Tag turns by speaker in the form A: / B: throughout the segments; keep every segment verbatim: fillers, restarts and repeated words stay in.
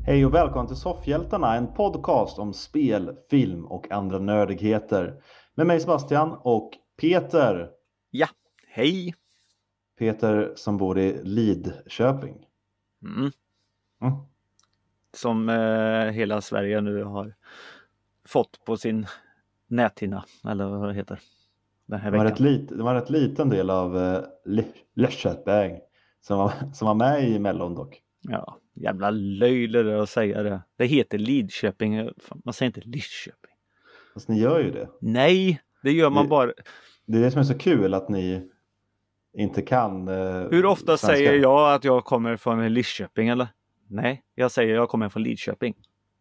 A: Hej och välkommen till Soffhjältarna, en podcast om spel, film och andra nördigheter. Med mig Sebastian och Peter.
B: Ja, hej.
A: Peter som bor i Lidköping.
B: Mm.
A: Mm.
B: Som eh, hela Sverige nu har fått på sin näthinna, eller vad det heter, den här
A: Det var,
B: veckan.
A: rätt lit, det var en rätt liten del av uh, Lidköping som var, som var med i Mellon dock.
B: Ja, jävla löjligt att säga det. Det heter Lidköping, man säger inte Lidköping.
A: Fast ni gör ju det.
B: Nej, det gör man
A: det,
B: bara.
A: Det är det som är så kul att ni inte kan uh,
B: Hur ofta
A: svenska.
B: säger jag att jag kommer från Lidköping eller? Nej, jag säger jag kommer från Lidköping.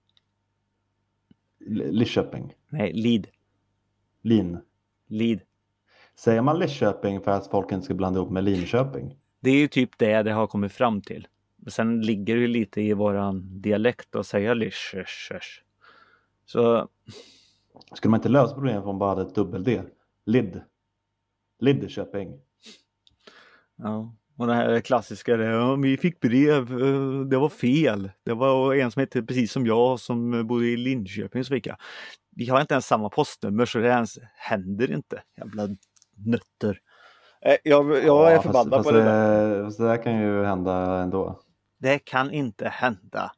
A: Lidköping.
B: Nej, Lid.
A: Lin.
B: Lid.
A: Säger man Lidköping för att folk inte ska blanda ihop med Linköping?
B: Det är ju typ det det har kommit fram till. Sen ligger det lite i våran dialekt att säga Lidköping. Så
A: skulle man inte lösa problemet om man bara hade ett dubbel-D? Lid. Lidköping.
B: ja, och det här klassiska, ja, vi fick brev, det var fel. Det var en som hette precis som jag som bodde i Linköping så fick jag. Vi har inte ens samma postnummer så det ens händer inte. Jävla nötter. Jag, jag
A: ja,
B: är förbannad
A: fast,
B: på det
A: fast
B: där.
A: det, fast det där kan ju hända ändå.
B: Det kan inte hända.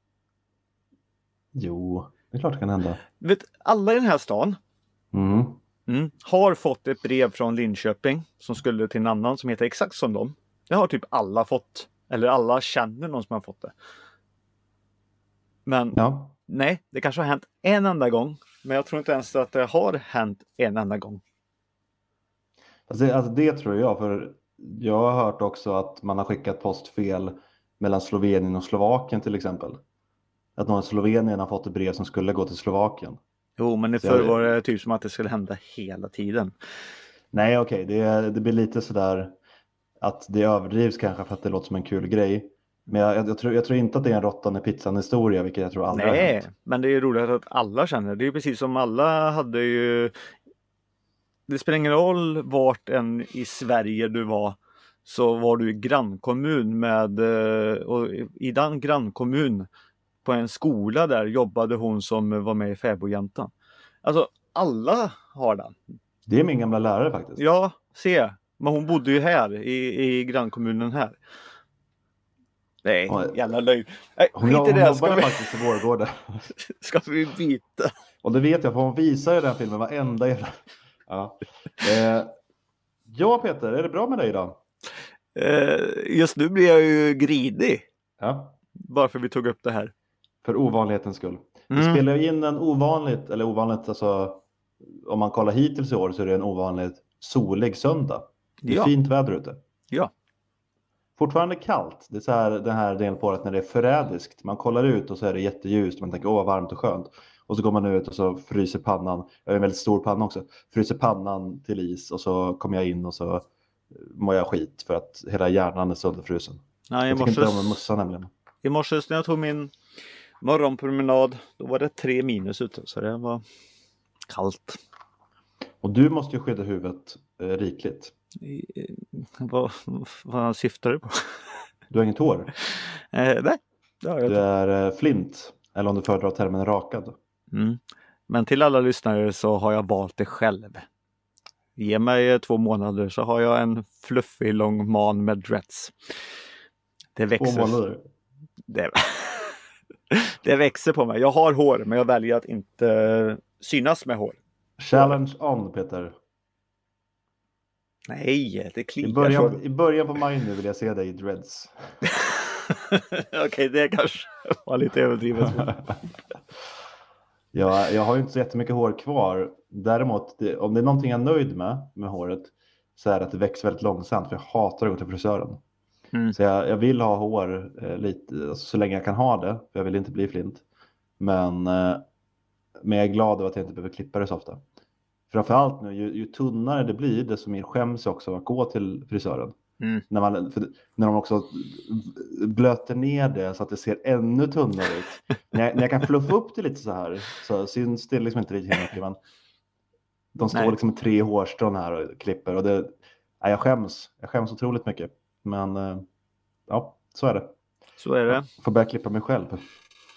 A: Jo, det är klart det kan hända.
B: Vet, alla i den här stan
A: Mm.
B: mm, har fått ett brev från Linköping som skulle till en annan som heter exakt som dem. Det har typ alla fått. Eller alla känner någon som har fått det. Men
A: Ja.
B: nej, det kanske har hänt en enda gång. Men jag tror inte ens att det har hänt en enda gång.
A: Alltså det, alltså det tror jag, för jag har hört också att man har skickat postfel mellan Slovenien och Slovakien till exempel. Att någon i Slovenien har fått ett brev som skulle gå till Slovakien.
B: Jo, men det förr var det typ som att det skulle hända hela tiden.
A: Nej, okej. Okay. Det, det blir lite sådär att det överdrivs kanske för att det låter som en kul grej. Men jag, jag, tror, jag tror inte att det är en råttan i pizzan historia, vilket jag tror aldrig har hänt.
B: Nej, men det är roligt att alla känner. Det är precis som alla hade ju... Det spelar ingen roll vart än i Sverige du var, så var du i grannkommun med... Och i den grannkommun på en skola där jobbade hon som var med i Fäbodjäntan. Alltså, alla har den.
A: Det är min gamla lärare faktiskt.
B: Ja, se. Men hon bodde ju här i, i grannkommunen här. Nej,
A: hon,
B: jävla löjn. Nej,
A: hon,
B: skit i
A: hon
B: det.
A: jobbade vi... faktiskt i Vårgården.
B: Ska vi byta?
A: Och det vet jag, för hon visar ju den filmen varenda jävla... Ja. Eh, ja, Peter, är det bra med dig idag?
B: Eh, just nu blir jag ju gridig.
A: Ja.
B: Bara för vi tog upp det här.
A: För ovanlighetens skull.
B: Mm.
A: Vi spelar ju in en ovanligt, eller ovanligt, alltså om man kollar hittills i år så är det en ovanligt solig söndag. Det är
B: Ja.
A: fint väder ute.
B: Ja.
A: Fortfarande kallt. Det är så här, den här delen på året när det är förrädiskt. Man kollar ut och så är det jätteljust och man tänker åh vad varmt och skönt. Och så går man ut och så fryser pannan. Jag har en väldigt stor panna också. Fryser pannan till is och så kommer jag in och så mår jag skit för att hela hjärnan är sönderfrusen.
B: Nej,
A: jag tycker inte om en mussa nämligen.
B: I morse när jag tog min morgonpromenad, då var det tre minus ute, så det var kallt.
A: Och du måste ju skydda huvudet eh, rikligt.
B: I, vad, vad syftar du på?
A: Du har inget hår?
B: Eh, nej, det har jag
A: Du
B: inte.
A: är eh, flint, eller om du föredrar termen rakad.
B: Mm. Men till alla lyssnare så har jag valt det själv. Ge mig två månader så har jag en fluffig lång man med dreads. Det växer.
A: Två månader?
B: Det, det växer på mig. Jag har hår, men jag väljer att inte synas med hår.
A: Challenge on, Peter.
B: Nej, det kliar.
A: I början, I början på maj nu vill jag se dig i dreads.
B: Okej, okay, det kanske var lite överdrivet.
A: Ja, jag har ju inte så jättemycket hår kvar. Däremot, det, om det är någonting jag är nöjd med med håret så är det att det växer väldigt långsamt. För jag hatar att gå till frisören. Mm. Så jag, jag vill ha hår eh, lite, alltså, så länge jag kan ha det. För jag vill inte bli flint. Men, eh, men jag är glad över att jag inte behöver klippa det så ofta. Framförallt nu, ju, ju tunnare det blir, desto mer skäms jag också att gå till frisören. Mm. När, man, för, när de också blöter ner det så att det ser ännu tunnare ut. när, jag, när jag kan fluffa upp det lite så här så syns det liksom inte riktigt mycket. Men de står Nej. liksom med tre hårstrån här och klipper. Och det, nej, jag skäms. Jag skäms otroligt mycket. Men ja, så är det.
B: Så är det.
A: Jag får börja klippa mig själv.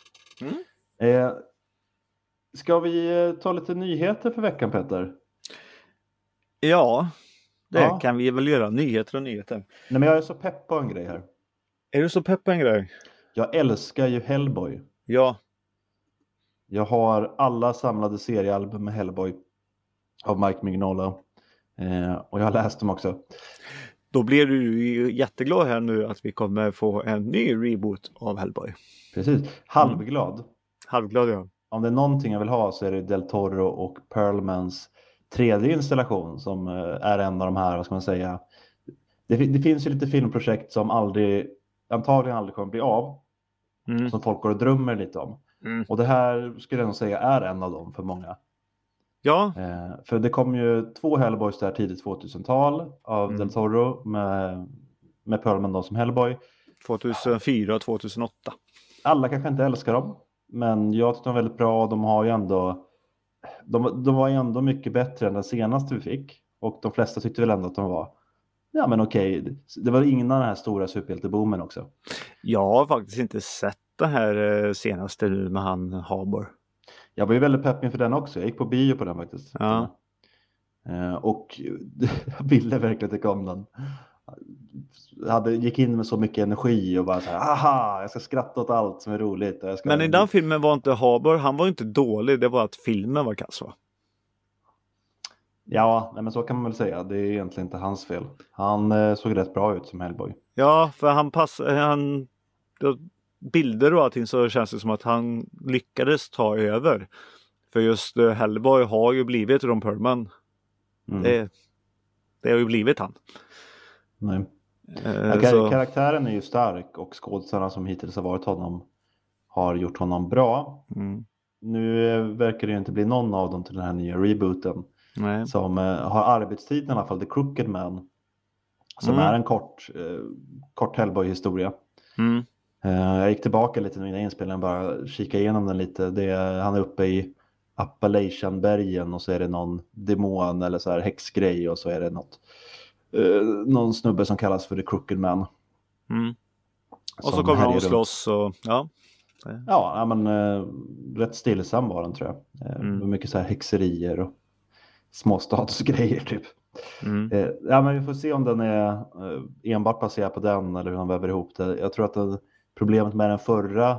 A: Mm. Eh, ska vi ta lite nyheter för veckan, Peter?
B: Ja, det
A: ja.
B: kan vi väl göra. Nyheter och nyheter.
A: Nej, men jag är så pepp på en grej här.
B: Är du så pepp på en grej?
A: Jag älskar ju Hellboy.
B: Ja.
A: Jag har alla samlade seriealbum med Hellboy av Mike Mignola. Eh, och jag har läst dem också.
B: Då blir du ju jätteglad här nu att vi kommer få en ny reboot av Hellboy.
A: Precis. Halvglad. Mm.
B: Halvglad, ja.
A: Om det är någonting jag vill ha så är det Del Toro och Perlmans tredje installation som är en av de här, vad ska man säga. Det, det finns ju lite filmprojekt som aldrig, antagligen aldrig kommer bli av. Mm. Som folk går och drömmer lite om. Mm. Och det här skulle jag nog säga är en av dem för många.
B: Ja.
A: Eh, för det kom ju två Hellboys där tidigt tvåtusental av mm. Del Toro med, med Perlman då som Hellboy.
B: tjugohundrafyra och tjugohundraåtta.
A: Alla kanske inte älskar dem. Men jag tycker de är väldigt bra. De har ju ändå de, de var ju ändå mycket bättre än den senaste vi fick. Och de flesta tyckte väl ändå att de var ja men okej. Det var innan den här stora superhjälteboomen också.
B: Jag har faktiskt inte sett det här senaste nu med han Harbour.
A: Jag var ju väldigt pepp inför den också. Jag gick på bio på den faktiskt.
B: Ja.
A: Och jag ville verkligen tycka om den. Jag hade, gick in med så mycket energi och bara så här, aha, jag ska skratta åt allt som är roligt. Jag ska...
B: Men i den filmen var inte Harbour, han var ju inte dålig, det var att filmen var kass, va?
A: Ja, nej, men så kan man väl säga. Det är egentligen inte hans fel. Han eh, såg rätt bra ut som Hellboy.
B: Ja, för han passade, han bilder och allting så känns det som att han lyckades ta över. För just uh, Hellboy har ju blivit Ron Perlman. Mm. Det, det har ju blivit han.
A: Nej.
B: Uh,
A: ja, kar-
B: så...
A: Karaktären är ju stark och skådespelarna som hittills har varit honom har gjort honom bra. Mm. Nu verkar det ju inte bli någon av dem till den här nya rebooten.
B: Nej.
A: Som uh, har arbetstiden i alla fall, The Crooked Man. Som mm. är en kort, uh, kort Hellboy-historia.
B: Mm.
A: Uh, jag gick tillbaka lite nu innan inspelningen, bara kika igenom den lite. Det är, han är uppe i Appalachianbergen och så är det någon demon eller så här häxgrej och så är det något, uh, någon snubbe som kallas för The Crooked Man.
B: Mm. Och så kommer de att slåss och ja.
A: Ja, men uh, rätt stillsam var den tror jag. Uh, mm. Mycket så här häxerier och småstadsgrejer typ.
B: Mm.
A: Uh, ja, men vi får se om den är uh, enbart baserad på den eller hur de väver ihop det. Jag tror att det, problemet med den förra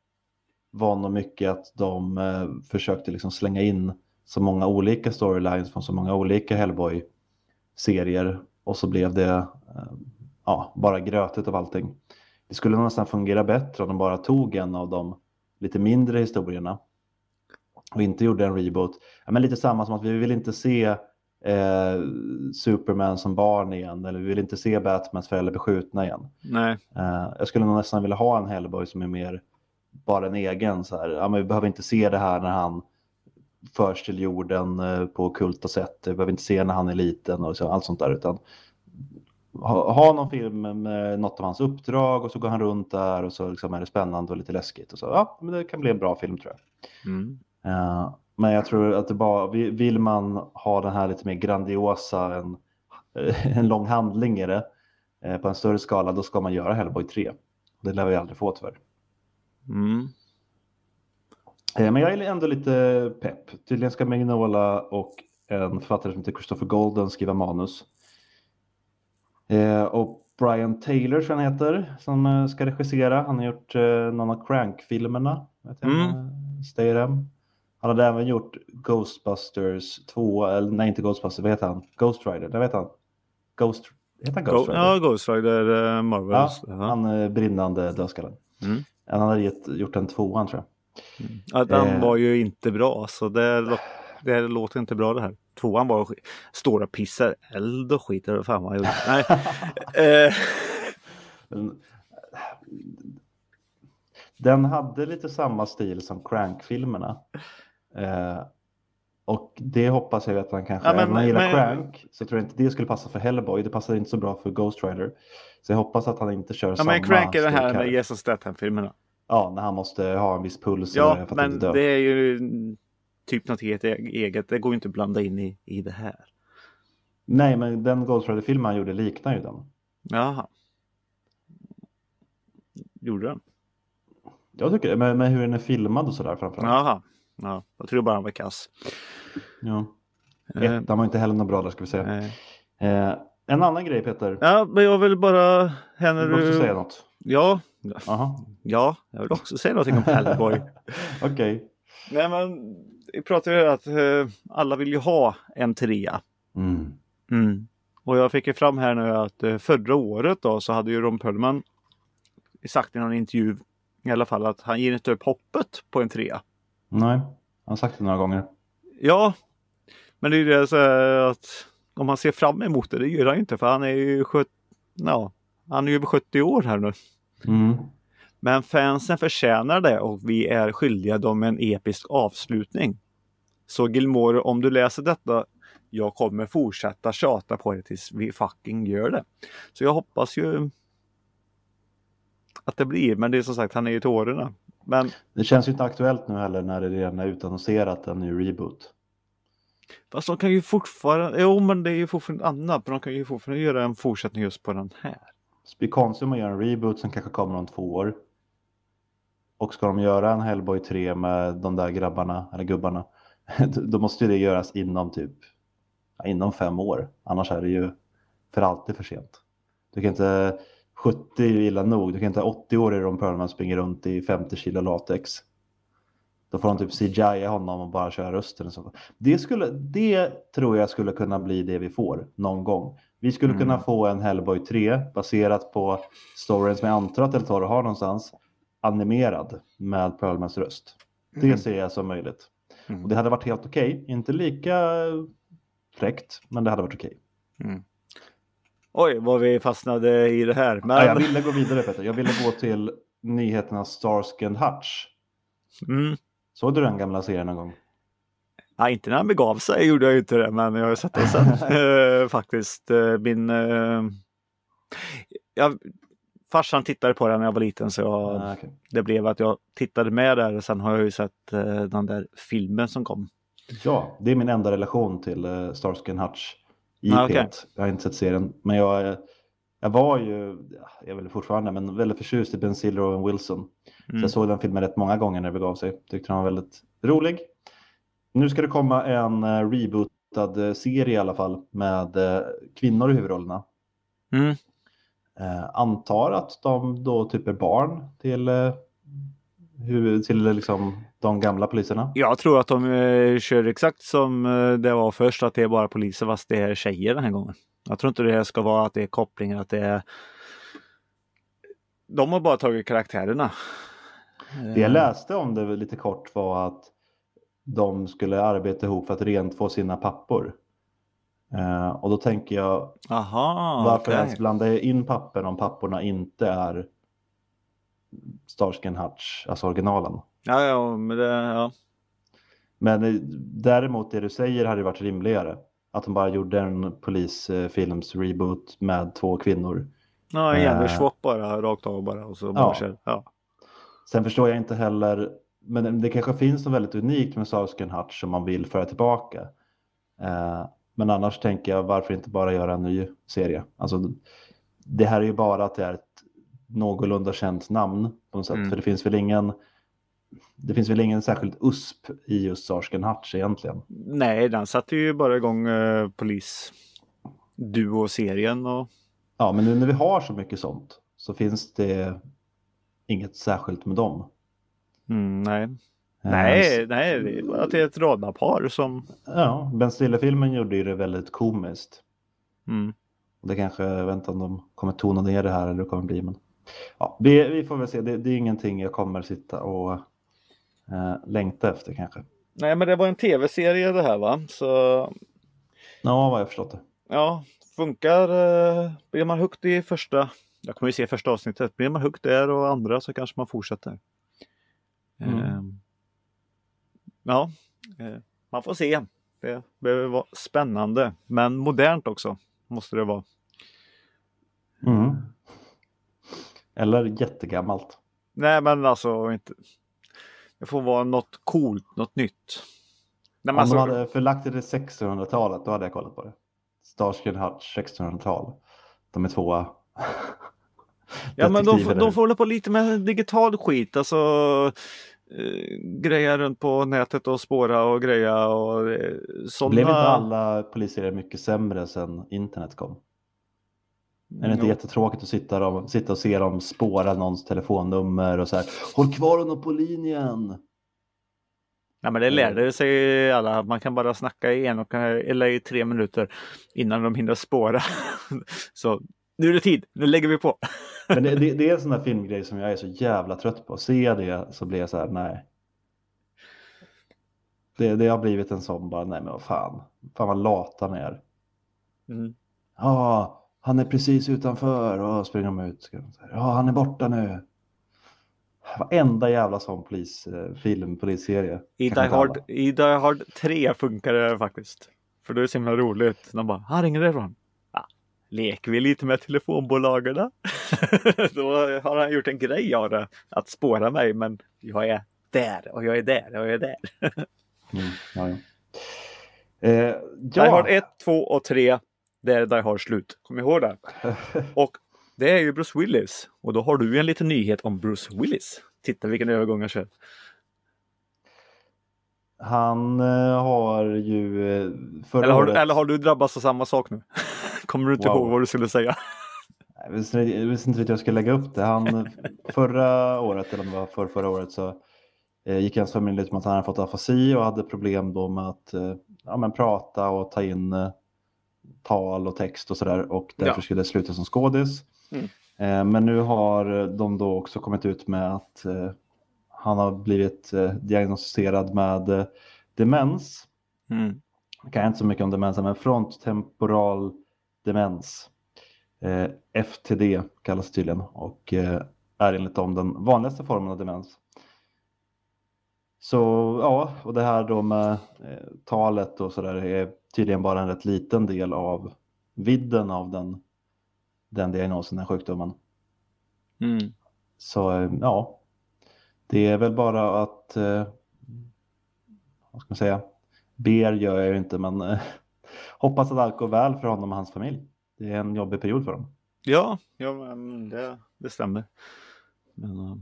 A: var nog mycket att de uh, försökte liksom slänga in så många olika storylines från så många olika Hellboy-serier och så blev det uh, ja, bara grötet av allting. Det skulle nästan fungera bättre om de bara tog en av de lite mindre historierna och inte gjorde en reboot. Ja, men lite samma som att vi vill inte se eh, Superman som barn igen, eller vi vill inte se Batmans föräldrar beskjutna igen.
B: Nej.
A: Eh, jag skulle nog nästan vilja ha en Hellboy som är mer bara en egen så här. Ja, men vi behöver inte se det här när han förs till jorden eh, på kulta sätt. Vi behöver inte se när han är liten och så, allt sånt där, utan ha, ha någon film med något av hans uppdrag och så går han runt där och så liksom är det spännande och lite läskigt och så. Ja, men det kan bli en bra film tror jag.
B: Mm.
A: Uh, men jag tror att det bara, vill man ha den här lite mer grandiosa, en, en lång handling i det uh, på en större skala, då ska man göra Hellboy tre. Det lär vi aldrig få tyvärr.
B: Mm.
A: Uh, men jag är ändå lite pepp. Tydligen ska Mignola och en författare som heter Christopher Golden skriva manus. Uh, och Brian Taylor som han heter, som ska regissera. Han har gjort uh, någon av Crank-filmerna. Vet jag, mm. Stay Them. Han hade även gjort Ghostbusters två, eller nej inte Ghostbusters, vad heter han? Ghost Rider, det vet han. Ghost, heter han Ghost
B: Go-
A: Rider?
B: Ja, Ghost Rider, uh, Marvels.
A: Ja, han uh, brinnande dödskallen.
B: Mm.
A: Han hade gett, gjort en tvåan tror jag.
B: Mm. Ja, den eh. var ju inte bra, så det, det låter inte bra det här. Tvåan var sk- stora pissar, eld och skit, eller vad fan man gjorde. Nej. eh.
A: Men, den hade lite samma stil som Crank-filmerna. Eh, och det hoppas jag att han kanske... Ja, men, även om han gillar men, Crank så tror jag inte det skulle passa för Hellboy. Det passar inte så bra för Ghost Rider. Så jag hoppas att han inte kör ja, samma...
B: Ja, men Crank är det här med Jesus Statham-filmerna.
A: Ja, när han måste ha en viss puls.
B: Ja, men det är ju typ något helt eget. Det går ju inte att blanda in i, i det här.
A: Nej, men den Ghost Rider-filmen han gjorde liknar ju den.
B: Jaha. Gjorde den?
A: Jag tycker det, med, med hur den är filmad och sådär framförallt.
B: Jaha, ja, jag tror bara han var kass.
A: Ja.
B: Eh,
A: Ettan var inte heller någon bra där, ska vi säga.
B: nej.
A: Eh, en annan grej, Peter.
B: Ja, men jag vill bara... Här
A: Du vill också
B: du...
A: säga något?
B: Ja.
A: Aha.
B: Ja, jag vill också säga någonting om Hellboy.
A: Okej. Okay.
B: Nej, men vi pratade ju att eh, alla vill ju ha en trea.
A: Mm.
B: Mm. Och jag fick ju fram här nu att eh, förra året då så hade ju Ron Perlman sagt i någon intervju i alla fall att han ger inte upp hoppet på en trea.
A: Nej, han har sagt det några gånger.
B: Ja, men det är ju det så att om man ser fram emot det, det gör han inte för han är ju sjuttio, ja, han är ju över sjuttio år här nu.
A: Mm.
B: Men fansen förtjänar det och vi är skyldiga dem en episk avslutning. Så Gilmore, om du läser detta, jag kommer fortsätta tjata på det tills vi fucking gör det. Så jag hoppas ju att det blir, men det är som sagt, han är ju till åren. Men
A: det känns ju inte aktuellt nu heller när det redan är utannonserat en ny reboot.
B: Fast de kan ju fortfarande, jo men det är ju fortfarande annat, men de kan ju fortfarande göra en fortsättning just på den här.
A: Det blir konstigt om man gör en reboot som kanske kommer om två år. Och ska de göra en Hellboy tre med de där grabbarna, eller gubbarna, då måste det göras inom typ, ja, inom fem år. Annars är det ju för alltid för sent. Du kan inte, sjuttio är illa nog, du kan inte åttio år i Ron Perlman springer runt i femtio kilo latex. Då får de typ C G I honom och bara köra rösten. Och så. Det, skulle, det tror jag skulle kunna bli det vi får någon gång. Vi skulle mm. kunna få en Hellboy tre baserat på storyn som jag antar att Del Toro har någonstans. Animerad med Perlmans röst. Det mm. ser jag som möjligt. Mm. Och det hade varit helt okej. Okay. Inte lika fräckt, men det hade varit okej. Okay.
B: Mm. Oj, vad vi fastnade i det här. Men...
A: Ja, jag ville gå vidare, Peter. Jag ville gå till nyheterna Starsky and Hutch.
B: Mm.
A: Såg du den gamla serien någon gång?
B: Ja, inte när han begav sig gjorde jag inte det, men jag har sett det sen. uh, faktiskt. Uh, min... Uh... Jag... Farsan tittade på den när jag var liten, så jag... ah, okay. det blev att jag tittade med där och sen har jag ju sett uh, den där filmen som kom.
A: Ja, det är min enda relation till uh, Starsky and Hutch. I ah, okay. Jag har inte sett serien, men jag, jag var ju, jag är väl fortfarande, men väldigt förtjust i Ben Stiller och Owen Wilson. Mm. Så jag såg den filmen rätt många gånger när det begav sig. Tyckte den var väldigt rolig. Nu ska det komma en uh, rebootad serie i alla fall med uh, kvinnor i huvudrollerna.
B: Mm.
A: Uh, antar att de då typ är barn till, uh, huvud, till liksom de gamla poliserna.
B: Jag tror att de uh, kör exakt som uh, det var först, att det är bara poliser fast det är tjejer den här gången. Jag tror inte det ska vara att det är kopplingar, att det är... De har bara tagit karaktärerna.
A: Det jag läste om det lite kort var att de skulle arbeta ihop för att rent få sina pappor. Uh, och då tänker jag,
B: aha,
A: varför
B: okay.
A: ens blanda in papper om papporna inte är Starsky and Hutch, alltså originalen.
B: Ja, ja, men det, ja.
A: Men däremot det du säger hade varit rimligare. Att de bara gjorde en polisfilms reboot med två kvinnor.
B: Ja, en jävla swap bara, rakt av bara. Och så bara
A: ja.
B: Kör. Ja.
A: Sen förstår jag inte heller, men det kanske finns något väldigt unikt med Starsky and Hutch som man vill föra tillbaka. Eh, men annars tänker jag, varför inte bara göra en ny serie? Alltså, det här är ju bara att det är ett någorlunda känt namn på något sätt. Mm. För det finns väl ingen det finns väl ingen särskild U S P i just Starsky and Hutch egentligen.
B: Nej, den satte ju bara igång eh, polis duo-serien och...
A: Ja, men nu när vi har så mycket sånt så finns det inget särskilt med dem.
B: Mm, nej. Uh, nej, nej, det är bara att det är ett radarpar som...
A: Ja, Ben Stiller-filmen gjorde ju det väldigt komiskt.
B: Mm.
A: Det kanske, jag vet inte om de kommer tona ner det här eller det kommer bli, men... Ja, vi, vi får väl se. Det, det är ingenting jag kommer sitta och eh, längta efter kanske.
B: Nej, men det var en tv-serie det här, va? Så...
A: Ja, vad jag förstått det.
B: Ja, funkar. Eh, blir man hooked i första... Jag kommer ju se första avsnittet. Blir man hooked där och andra så kanske man fortsätter. Mm. Eh, ja, eh, man får se. Det behöver vara spännande. Men modernt också måste det vara.
A: Mm. Eller jättegammalt.
B: Nej, men alltså inte. Det får vara något coolt, något nytt.
A: Nej, Om alltså... de hade förlagt det till sextonhundratalet, då hade jag kollat på det. Starsky and Hutch sextonhundratal. De är tvåa.
B: Ja, men de, de får hålla på lite med digital skit. Alltså eh, grejer runt på nätet och spåra och greja och eh, sådana...
A: Blev inte alla poliser mycket sämre sen internet kom? Är det inte
B: Jo.
A: jättetråkigt att sitta och, sitta och se dem spåra någons telefonnummer och så här, håll kvar honom på linjen.
B: Ja, men det lärde sig alla. Man kan bara snacka i en och, eller i tre minuter innan de hinner spåra. Så nu är det tid, nu lägger vi på.
A: Men det, det, det är en sån där filmgrej som jag är så jävla trött på. Ser jag det så blir jag så här, nej. Det, det har blivit en sån bara, nej men vad fan. Fan vad lata ni är.
B: Mm.
A: Ja, han är precis utanför och springer de ut. Ja, han är borta nu. Varenda jävla sån polisfilm, polisserie.
B: I Die Hard, I Die Hard tre funkar det faktiskt. För det är så himla roligt. De bara, han ringer därifrån. Ja, leker vi lite med telefonbolagen då? Då har han gjort en grej av det. Att spåra mig, men jag är där och jag är där och jag är där.
A: mm, ja, ja. Eh, ja.
B: Die Hard ett, två och tre. Det är Die Hard slut. Kom ihåg det. Och det är ju Bruce Willis. Och då har du en liten nyhet om Bruce Willis. Titta vilken övergång jag kör.
A: Han eh, har ju eh, förra
B: eller har,
A: året...
B: eller har du drabbats av samma sak nu? Kommer du inte
A: wow.
B: ihåg vad du skulle säga?
A: Jag visste, jag visste inte att jag skulle lägga upp det. Han, förra året, eller om det var för förra året, så eh, gick hans familj ut med att han hade fått afasi och hade problem då med att eh, ja, men prata och ta in eh, tal och text och sådär. Och därför ja. skulle det sluta som skådis. Mm. Eh, men nu har de då också kommit ut med att eh, han har blivit eh, diagnostiserad med eh, demens.
B: Mm.
A: Jag kan inte så mycket om demens, men fronttemporal demens. Eh, F T D kallas det tydligen och eh, är enligt dem den vanligaste formen av demens. Så ja, och det här då med eh, talet och sådär är tydligen bara en rätt liten del av vidden av den, den diagnosen, den sjukdomen.
B: Mm.
A: Så eh, ja, det är väl bara att, eh, vad ska man säga, ber gör jag ju inte, men eh, hoppas att allt går väl för honom och hans familj. Det är en jobbig period för dem.
B: Ja, ja men det, det stämmer. Men, uh,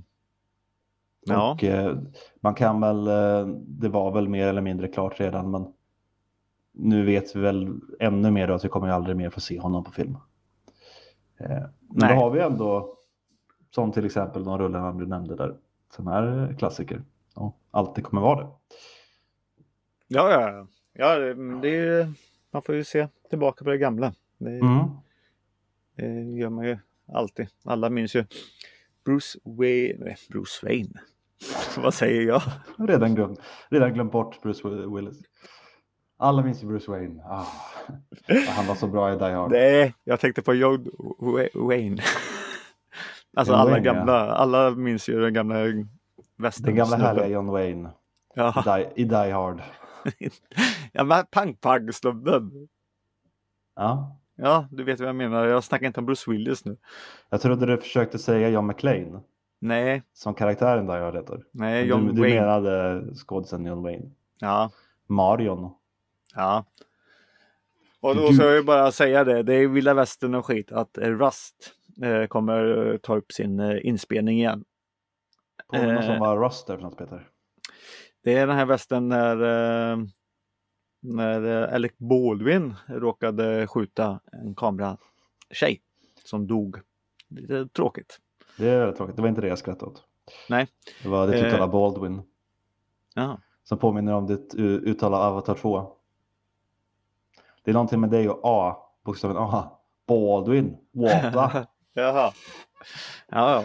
B: ja.
A: Och eh, man kan väl, eh, det var väl mer eller mindre klart redan, men nu vet vi väl ännu mer då att vi kommer ju aldrig mer få se honom på film. Eh, men Nej. Då har vi ändå, som till exempel de rullarna du nämnde där, som är klassiker. Och alltid kommer vara det.
B: Ja, ja, ja. Det är, man får ju se tillbaka på det gamla. Det,
A: mm.
B: det gör man ju alltid. Alla minns ju Bruce Wayne. Bruce Wayne. Vad säger jag?
A: Redan glömt, redan glömt bort Bruce Willis. Alla minns ju Bruce Wayne. Ah, han var så bra i Die Hard.
B: Nej, jag tänkte på John Wayne. Alltså John alla Wayne, gamla, ja. Alla minns ju den gamla västern.
A: Den gamla härliga John Wayne.
B: Ja.
A: I, Die, i Die Hard.
B: Ja, men pang-pang-snubben.
A: Ja.
B: Ja, du vet vad jag menar. Jag snackar inte om Bruce Willis nu.
A: Jag trodde du försökte säga John McClane.
B: Nej.
A: Som karaktären där jag heter.
B: Nej, John
A: du, du
B: Wayne.
A: menade skådisen John Wayne.
B: Ja.
A: Marion.
B: Ja. Och då ska jag ju bara säga det. Det är vilda västern och skit. Att Rust eh, kommer ta upp sin eh, inspelning igen.
A: På eh, någon som var Rust där för något, Peter?
B: Det är den här västern när... Eh, när Alec Baldwin råkade skjuta en kameratjej som dog. Lite tråkigt.
A: Det är väldigt tråkigt. Det var inte det jag skrattade åt.
B: Nej.
A: Det var det uttala eh. Baldwin.
B: Ja.
A: Som påminner om ditt uttala Avatar två. Det är någonting med dig och A. Bokstaven A. Baldwin. Water.
B: Jaha. Ja.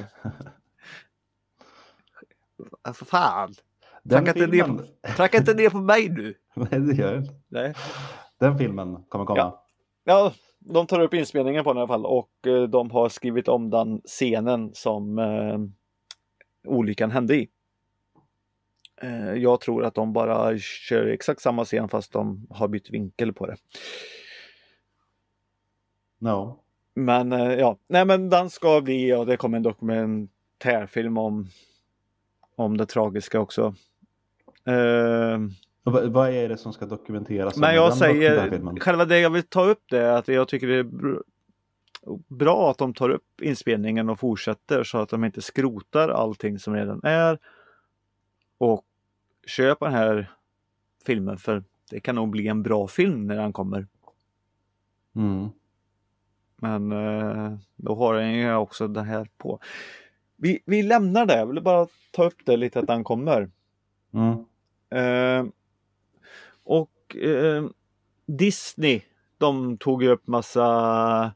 B: Alltså fan. Tracka inte, filmen... Tracka inte ner på mig nu.
A: Nej, det gör jag inte.
B: Nej.
A: Den filmen kommer komma.
B: Ja. Ja, de tar upp inspelningen på den i alla fall. Och eh, de har skrivit om den scenen som eh, olyckan hände i. Eh, jag tror att de bara kör exakt samma scen fast de har bytt vinkel på det.
A: No.
B: Men eh, ja, nej men den ska bli, och det kommer en dokumentärfilm om om det tragiska också. Uh,
A: vad, vad är det som ska dokumenteras?
B: Men jag säger, själva det jag vill ta upp det är att jag tycker det är bra att de tar upp inspelningen och fortsätter så att de inte skrotar allting som redan är och köper den här filmen, för det kan nog bli en bra film när den kommer.
A: Mm.
B: Men eh, då har den ju också det här på. Vi, vi lämnar det. Jag vill bara ta upp det lite att den kommer.
A: Mm.
B: Eh, och eh, Disney, de tog ju upp massa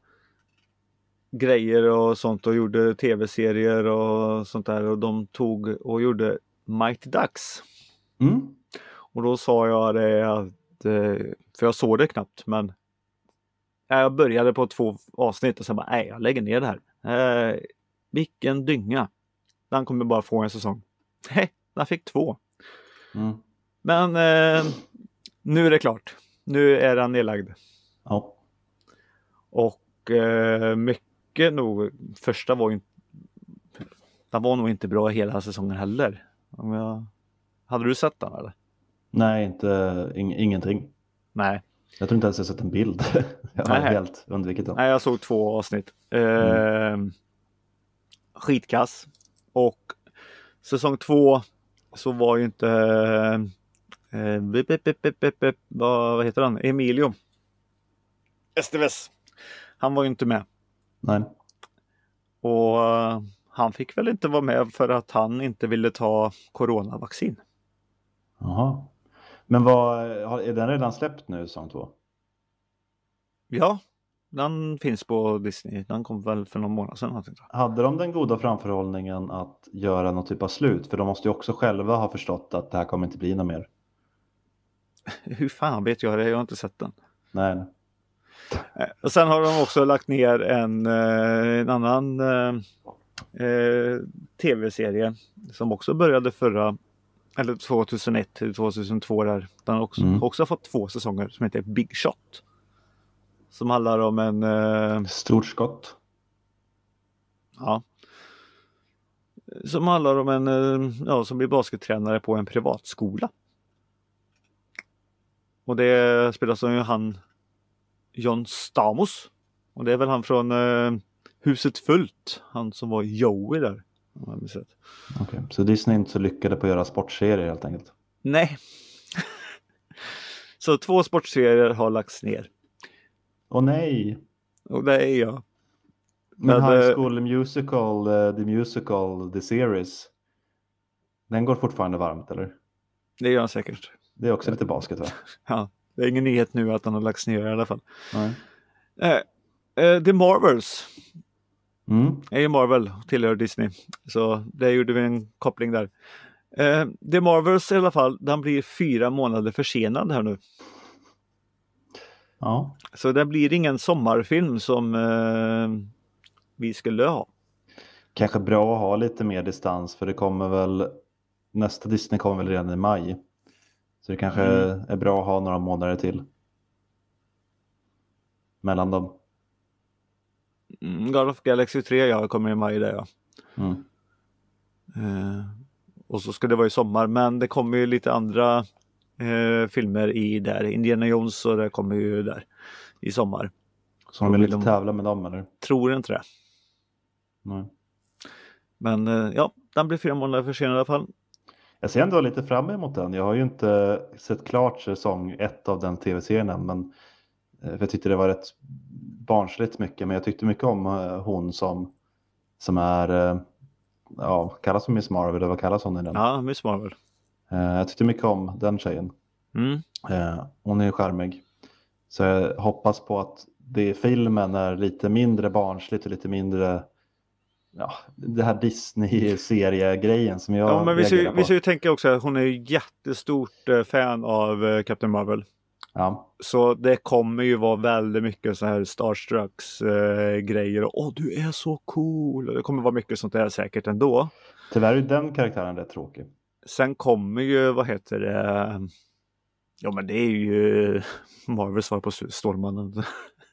B: grejer och sånt och gjorde tv-serier och sånt där, och de tog och gjorde Mighty Ducks.
A: Mm.
B: Och då sa jag det att, för jag såg det knappt, men jag började på två avsnitt och sen bara, nej, jag lägger ner det här. Eh, vilken dynga. Den kommer bara få en säsong. Hej, den fick två.
A: Mm.
B: Men eh, nu är det klart. Nu är den nedlagd.
A: Ja.
B: Och eh, mycket nog, första var ju inte, den var nog inte bra hela säsongen heller. Om jag, hade du sett den eller?
A: Nej, inte, ing, ingenting.
B: Nej.
A: Jag tror inte ens jag sett en bild. Jag har
B: Nej.
A: helt undvikit den.
B: Nej, jag såg två avsnitt. Eh, mm. Skitkass. Och säsong två så var ju inte eh, bip, bip, bip, bip, bip, bip, vad, vad heter han? Emilio Estevez. Han var ju inte med.
A: Nej.
B: Och uh, han fick väl inte vara med för att han inte ville ta coronavaccin.
A: Jaha. Men vad, är den redan släppt nu, säsong två?
B: Ja, den finns på Disney. Den kom väl för någon månad sedan.
A: Hade de den goda framförhållningen att göra något typ av slut? För de måste ju också själva ha förstått att det här kommer inte bli något mer.
B: Hur fan vet jag det? Jag har inte sett den.
A: Nej, nej.
B: Och sen har de också lagt ner en, en annan eh, tv-serie som också började förra, eller tjugohundraett till tjugohundratvå där. Den har också, mm. också fått två säsonger som heter Big Shot. Som handlar om en... Eh,
A: Stort skott.
B: Ja. Som handlar om en eh, ja, som blir baskettränare på en privatskola. Och det spelas som ju han John Stamos. Och det är väl han från eh, Huset fullt. Han som var Joey där.
A: Okej, okay. Så Disney är inte så lyckade på att göra sportserier helt enkelt?
B: Nej. Så två sportserier har lagts ner.
A: Åh nej!
B: Och det är jag.
A: Men Men High School Musical, uh, The Musical, The Series. Den går fortfarande varmt, eller?
B: Det gör han säkert.
A: Det är också lite basket, va?
B: Ja, det är ingen nyhet nu att han har lagts ner i alla fall.
A: Nej.
B: Eh, eh, The Marvels.
A: Mm.
B: är ju Marvel, tillhör Disney. Så det gjorde vi en koppling där. Eh, The Marvels i alla fall, den blir fyra månader försenad här nu.
A: Ja.
B: Så det blir ingen sommarfilm som eh, vi skulle ha.
A: Kanske bra att ha lite mer distans, för det kommer väl, nästa Disney kommer väl redan i maj. Så det kanske mm. är bra att ha några månader till mellan dem.
B: Mm, God of Galaxy tre, ja, kommer i maj där, ja.
A: Mm.
B: Eh, och så ska det vara i sommar, men det kommer ju lite andra eh, filmer i där. Indiana Jones, och det kommer ju där i sommar.
A: Så de vill inte de... tävla med dem, eller?
B: Tror inte det.
A: Nej.
B: Men eh, ja, den blir fyra månader försenad i alla fall.
A: Jag ser ändå lite fram emot den. Jag har ju inte sett klart säsong ett av den tv-serien än, men för jag tyckte det var rätt barnsligt mycket. Men jag tyckte mycket om hon som, som är, ja, kallas som Miss Marvel, eller vad kallas hon i den?
B: Ja, Miss Marvel.
A: Jag tyckte mycket om den tjejen.
B: Mm.
A: Hon är charmig. Så jag hoppas på att det filmen är lite mindre barnsligt och lite mindre, ja, det här Disney-serie-grejen som jag
B: ja, men vi ska,
A: på.
B: vi ska ju tänka också att hon är ju jättestort fan av Captain Marvel.
A: Ja.
B: Så det kommer ju vara väldigt mycket så här Starstrucks eh, grejer. Och åh, du är så cool. Det kommer vara mycket sånt där säkert ändå.
A: Tyvärr är den karaktären rätt tråkig.
B: Sen kommer ju, vad heter det? Ja, men det är ju Marvels svar på Stålmannen.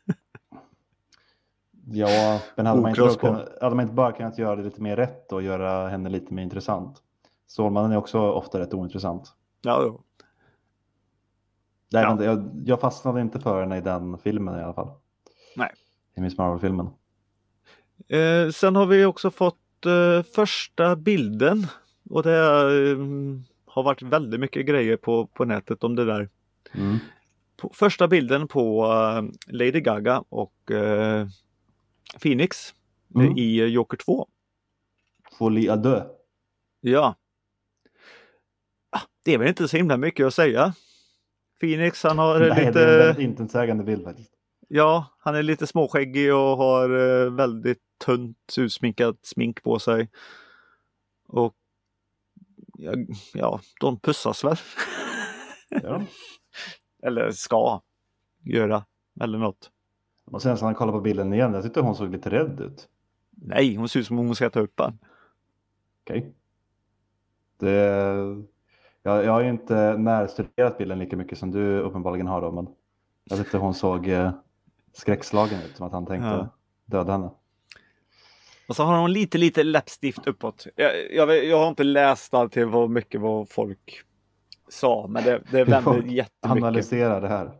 A: Ja, men hade man, inte kunnat, hade man inte bara kunnat göra det lite mer rätt och göra henne lite mer intressant. Stålmannen är också ofta rätt ointressant.
B: Ja, ja.
A: Nej, ja. Jag, jag fastnade inte för henne i den filmen i alla fall.
B: Nej.
A: I Miss Marvel-filmen.
B: Eh, sen har vi också fått eh, första bilden. Och det eh, har varit väldigt mycket grejer på, på nätet om det där.
A: Mm.
B: På, första bilden på uh, Lady Gaga och uh, Phoenix mm. i Joker två.
A: Folie à deux.
B: Ja. Det är väl inte så himla mycket att säga. Phoenix, han har
A: Nej,
B: lite...
A: det är en väldigt intetsägande bild faktiskt.
B: Ja, han är lite småskäggig och har uh, väldigt tunt utsminkat smink på sig. Och ja, ja de pussas väl.
A: Ja.
B: Eller ska göra. Eller något.
A: Och sen så när han kollar på bilden igen, jag tyckte hon såg lite rädd ut.
B: Nej, hon ser ut som om hon ska ta upp han.
A: Okej. Okay. Det... Jag, jag har ju inte närstuderat bilden lika mycket som du uppenbarligen har då, men jag tyckte hon såg eh, skräckslagen ut, som att han tänkte ja. döda henne.
B: Och så har hon lite, lite läppstift uppåt. Jag, jag, jag har inte läst allt till vad mycket vad folk sa, men det, det vänder jättemycket.
A: Analysera det här.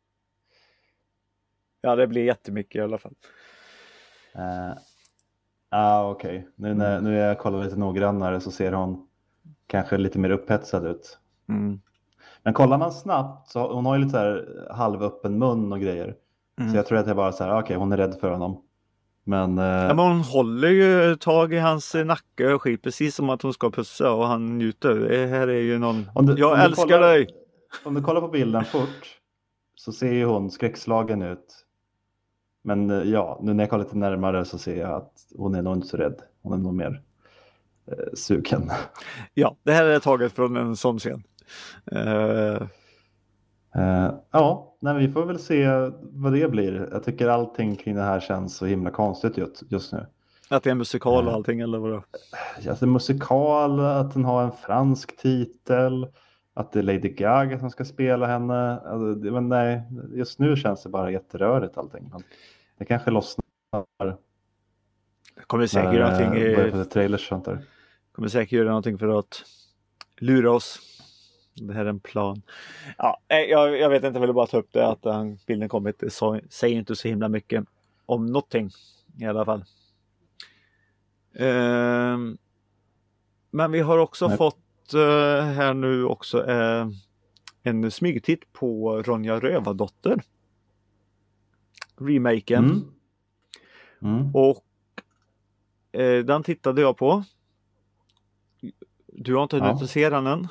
B: Ja, det blir jättemycket i alla fall.
A: Uh, ah, okej. Okay. Nu när, nu när jag kollar lite noggrannare så ser hon kanske lite mer upphetsad ut.
B: Mm.
A: Men kollar man snabbt så hon har ju lite så här halvöppen mun och grejer. Mm. Så jag tror att det är bara så här, okej, okay, hon är rädd för honom. Men, uh...
B: ja, men hon håller ju tag i hans nacke och skit, precis som att hon ska pussa och han njuter. Det här är ju någon...
A: Du,
B: jag älskar
A: kollar,
B: dig!
A: Om du kollar på bilden fort så ser ju hon skräckslagen ut. Men ja, nu när jag kollar lite närmare så ser jag att hon är nog inte så rädd. Hon är nog mer eh, sugen.
B: Ja, det här är taget från en sån scen. Uh...
A: Uh, ja, nej, vi får väl se vad det blir. Jag tycker allting kring det här känns så himla konstigt just, just nu.
B: Att det är en musikal och allting, uh, eller vadå?
A: Ja, att det är musikal, att den har en fransk titel, att det är Lady Gaga som ska spela henne. Alltså, det, men nej, just nu känns det bara jätterörigt allting. Men det kanske lossnar.
B: Det kommer säkert göra någonting
A: i trailers sånt där.
B: Kommer säkert göra någonting för att lura oss. Det här är en plan. Ja, jag, jag vet inte, jag ville bara ta upp det att den bilden kommit. Det så, säger inte så himla mycket om någonting i alla fall. Uh, men vi har också Nej. fått uh, här nu också uh, en smygtitt på Ronja Rövardotter. Remaken.
A: Mm. Mm.
B: Och uh, den tittade jag på. Du har inte hunnit ja. se den än?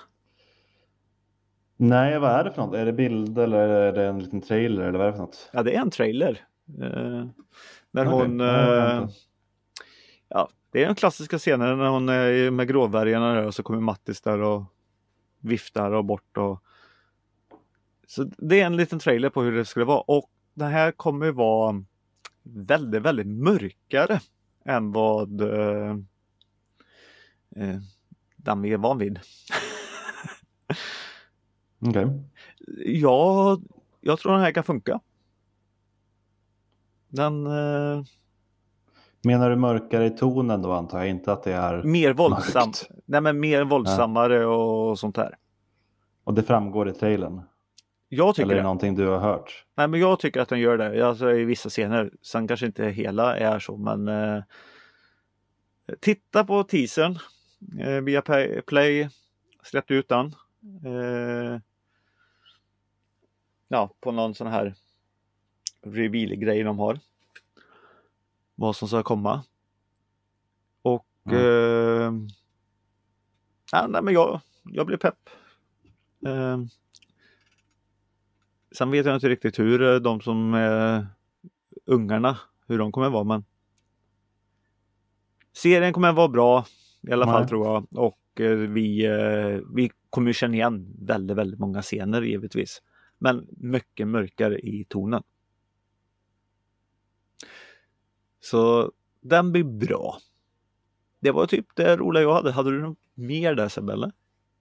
A: Nej, vad är det för något? Är det bild eller är det en liten trailer eller vad är det för något?
B: Ja, det är en trailer. Uh, när okay. hon... Uh, ja, det är den klassiska scenen när hon är med gråvärgarna där och så kommer Mattis där och viftar och bort. Och... Så det är en liten trailer på hur det skulle vara. Och den här kommer ju vara väldigt, väldigt mörkare än vad uh, uh, den vi är van vid.
A: Okej. Okay.
B: Ja, jag tror den här kan funka. Den... Uh...
A: Menar du mörkare i tonen då, antar jag? Inte att det är
B: mer våldsam. Nej, men mer våldsammare ja. och sånt här.
A: Och det framgår i trailern?
B: Jag tycker
A: Eller är det,
B: det
A: någonting du har hört?
B: Nej, men jag tycker att den gör det. Alltså, i vissa scener. Sen kanske inte hela är så, men uh... titta på teasern. Uh, via Play. Släpp ut den. Uh... Ja, på någon sån här reveal-grej de har. Vad som ska komma. Och mm. eh, ja, nej, men jag, jag blir pepp. Eh, sen vet jag inte riktigt hur de som är ungarna, hur de kommer vara, men serien kommer vara bra i alla nej. fall tror jag. Och eh, vi, eh, vi kommer känna igen väldigt, väldigt många scener givetvis. Men mycket mörkare i tonen. Så den blir bra. Det var typ det roliga jag hade. Hade du något mer där, Sebelle?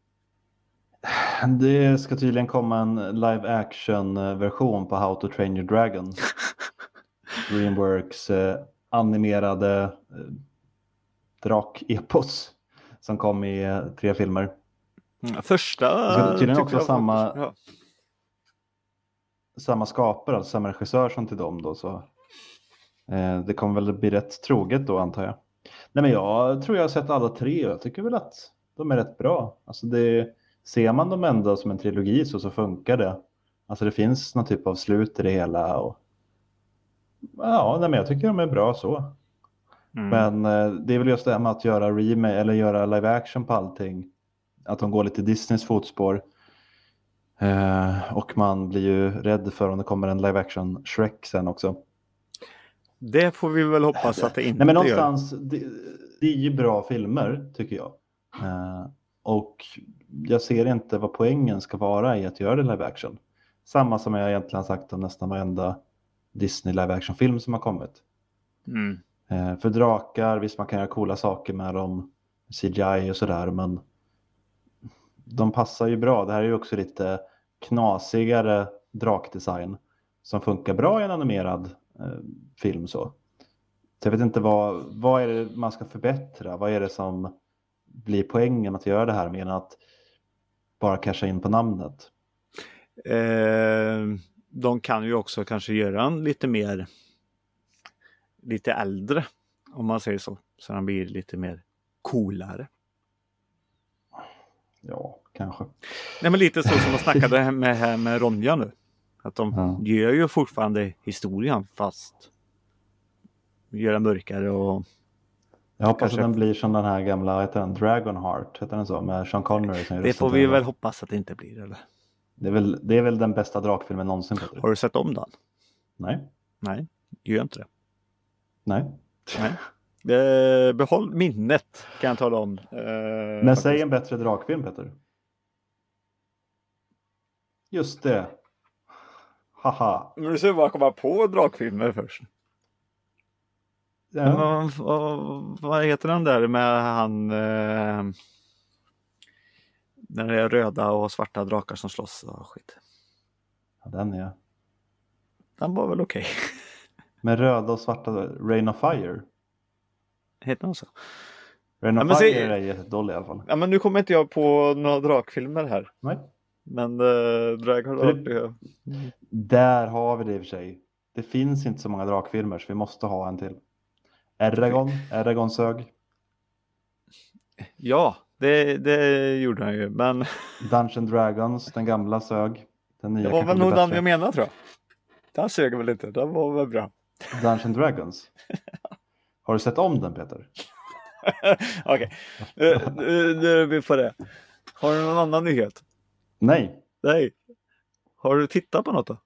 A: Det ska tydligen komma en live action version på How to Train Your Dragon. Dreamworks eh, animerade eh, drak-epos som kom i eh, tre filmer.
B: Mm, första...
A: Det ska tydligen också samma...
B: Faktiskt, ja.
A: samma skapare, alltså samma regissör som till dem då, så Eh, det kommer väl bli rätt troget då, antar jag. Nej, men jag tror jag har sett alla tre och jag tycker väl att de är rätt bra. Alltså det, ser man dem ändå som en trilogi så, så funkar det. Alltså det finns någon typ av slut i det hela. Och, ja, nej, men jag tycker de är bra så. Mm. Men eh, det är väl just det här med att göra remake eller göra live action på allting. Att de går lite Disneys fotspår. Eh, och man blir ju rädd för om det kommer en live action Shrek sen också.
B: Det får vi väl hoppas att det inte
A: Nej, men någonstans, det, det är ju bra filmer tycker jag. Eh, och jag ser inte vad poängen ska vara i att göra det live action. Samma som jag egentligen sagt om nästan varenda Disney live action film som har kommit.
B: Mm.
A: Eh, för drakar, visst man kan göra coola saker med dem, C G I och sådär, men de passar ju bra. Det här är ju också lite knasigare drakdesign som funkar bra i en animerad eh, film så. Så jag vet inte vad, vad är det man ska förbättra? Vad är det som blir poängen att göra det här med att bara casha in på namnet?
B: Eh, de kan ju också kanske göra en lite mer lite äldre, om man säger så. Så den blir lite mer coolare.
A: Ja, kanske.
B: Nej, men lite så som de snackade med, här med Ronja nu. Att de
A: ja.
B: gör ju fortfarande historien fast gör den mörkare och...
A: Jag hoppas kanske... att den blir som den här gamla, heter den Dragonheart, heter den så, med Sean Connery. Som
B: det får vi väl hoppas att det inte blir, eller?
A: Det är väl, det är väl den bästa drakfilmen någonsin. Peter.
B: Har du sett om den?
A: Nej.
B: Nej, gör inte det.
A: Nej.
B: Nej. Eh, behåll minnet, kan jag tala om. Eh,
A: Men faktiskt. Säg en bättre drakfilm, Peter. Just det. Haha.
B: Men du ska bara komma på drakfilmer först.
A: Ja.
B: Vad, vad, vad heter den där med han... Eh, när det är röda och svarta drakar som slåss och skit.
A: Ja, den är.
B: Den var väl okej. Okay.
A: Med röda och svarta, Rain of Fire.
B: Heter den så?
A: Rain of
B: ja,
A: Fire
B: se...
A: är jättedålig i alla fall.
B: Ja, men nu kommer inte jag på några drakfilmer här.
A: Nej.
B: Men uh, Dragon...
A: Det... Mm. Där har vi det i och för sig. Det finns inte så många drakfilmer så vi måste ha en till. Eragon, Eragon sög.
B: Ja, det, det gjorde han ju, men...
A: Dungeon Dragons, den gamla sög. Den nya
B: det var väl nog den jag menade, tror jag. Den sög väl inte, den var väl bra.
A: Dungeon Dragons? Har du sett om den, Peter?
B: Okej, okay. nu, nu är vi på det. Har du någon annan nyhet?
A: Nej.
B: Nej. Har du tittat på något då?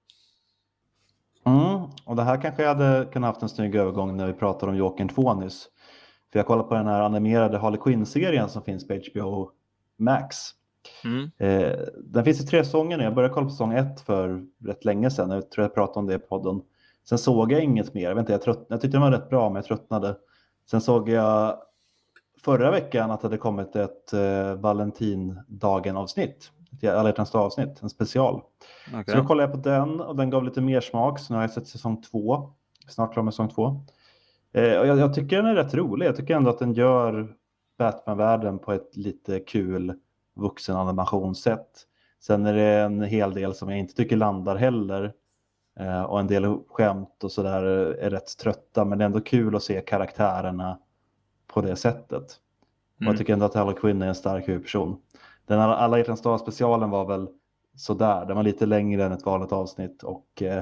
A: Mm, och det här kanske jag hade kunnat haft en snygg övergång när vi pratade om Jokern två nyss. För jag kollade på den här animerade Harley Quinn-serien som finns på H B O Max.
B: Mm.
A: Eh, den finns i tre säsonger nu. Jag började kolla på säsong ett för rätt länge sedan. Jag tror jag pratade om det i podden. Sen såg jag inget mer. Jag, vet inte, jag, trött... jag tyckte den var rätt bra, men jag tröttnade. Sen såg jag förra veckan att det hade kommit ett eh, Valentindagen-avsnitt. Ett alla hjärtans dag-avsnitt, en special. Okay. Så då kollade jag på den och den gav lite mer smak. Så nu har jag sett säsong två. Snart klar med säsong två. Eh, och jag, jag tycker den är rätt rolig. Jag tycker ändå att den gör Batman-världen på ett lite kul vuxen animationssätt. Sen är det en hel del som jag inte tycker landar heller. Eh, och en del skämt och sådär är rätt trötta. Men det är ändå kul att se karaktärerna på det sättet. Mm. Och jag tycker ändå att Harley Quinn är en stark huvudperson. Den alla hjärtans dag specialen var väl sådär. Den var lite längre än ett vanligt avsnitt. Och eh,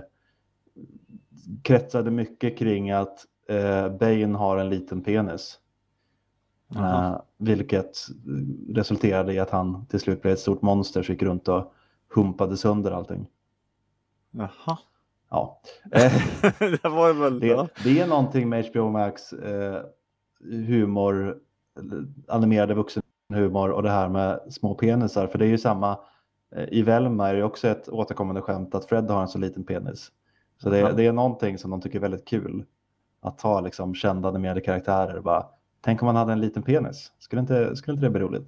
A: kretsade mycket kring att eh, Bane har en liten penis. Uh, vilket resulterade i att han till slut blev ett stort monster som gick runt och humpade sönder allting.
B: Jaha.
A: Ja.
B: det, var väl,
A: det, det är någonting med H B O Max eh, humor, animerade vuxenhumor och det här med små penisar. För det är ju samma, eh, i Velma är det också ett återkommande skämt att Fred har en så liten penis. Så det, det är någonting som de tycker är väldigt kul. Att ta liksom kända animerade karaktärer och bara, tänk om man hade en liten penis. Skulle inte, skulle inte det bli roligt?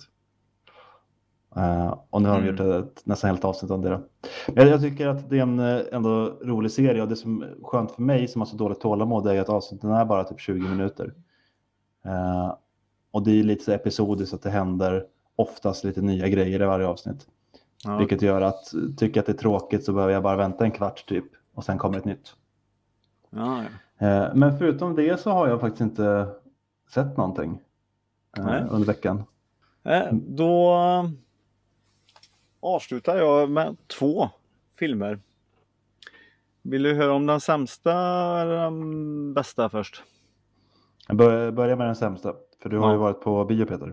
A: Uh, och nu har mm. de gjort ett, ett nästan helt avsnitt om det då. Men jag tycker att det är en ändå rolig serie. Och det som är skönt för mig som har så dåligt tålamod är att avsnitten är bara typ tjugo minuter. Uh, och det är lite så episodiskt att det händer oftast lite nya grejer i varje avsnitt. Ja. Vilket gör att, tycker jag att det är tråkigt så behöver jag bara vänta en kvart typ. Och sen kommer ett nytt.
B: Ja, ja.
A: Eh, men förutom det så har jag faktiskt inte sett någonting eh, under veckan.
B: Eh, då avslutar jag med två filmer. Vill du höra om den sämsta eller den bästa först?
A: Jag börjar, börjar med den sämsta, för du har
B: Ja.
A: ju varit på bio, Peter.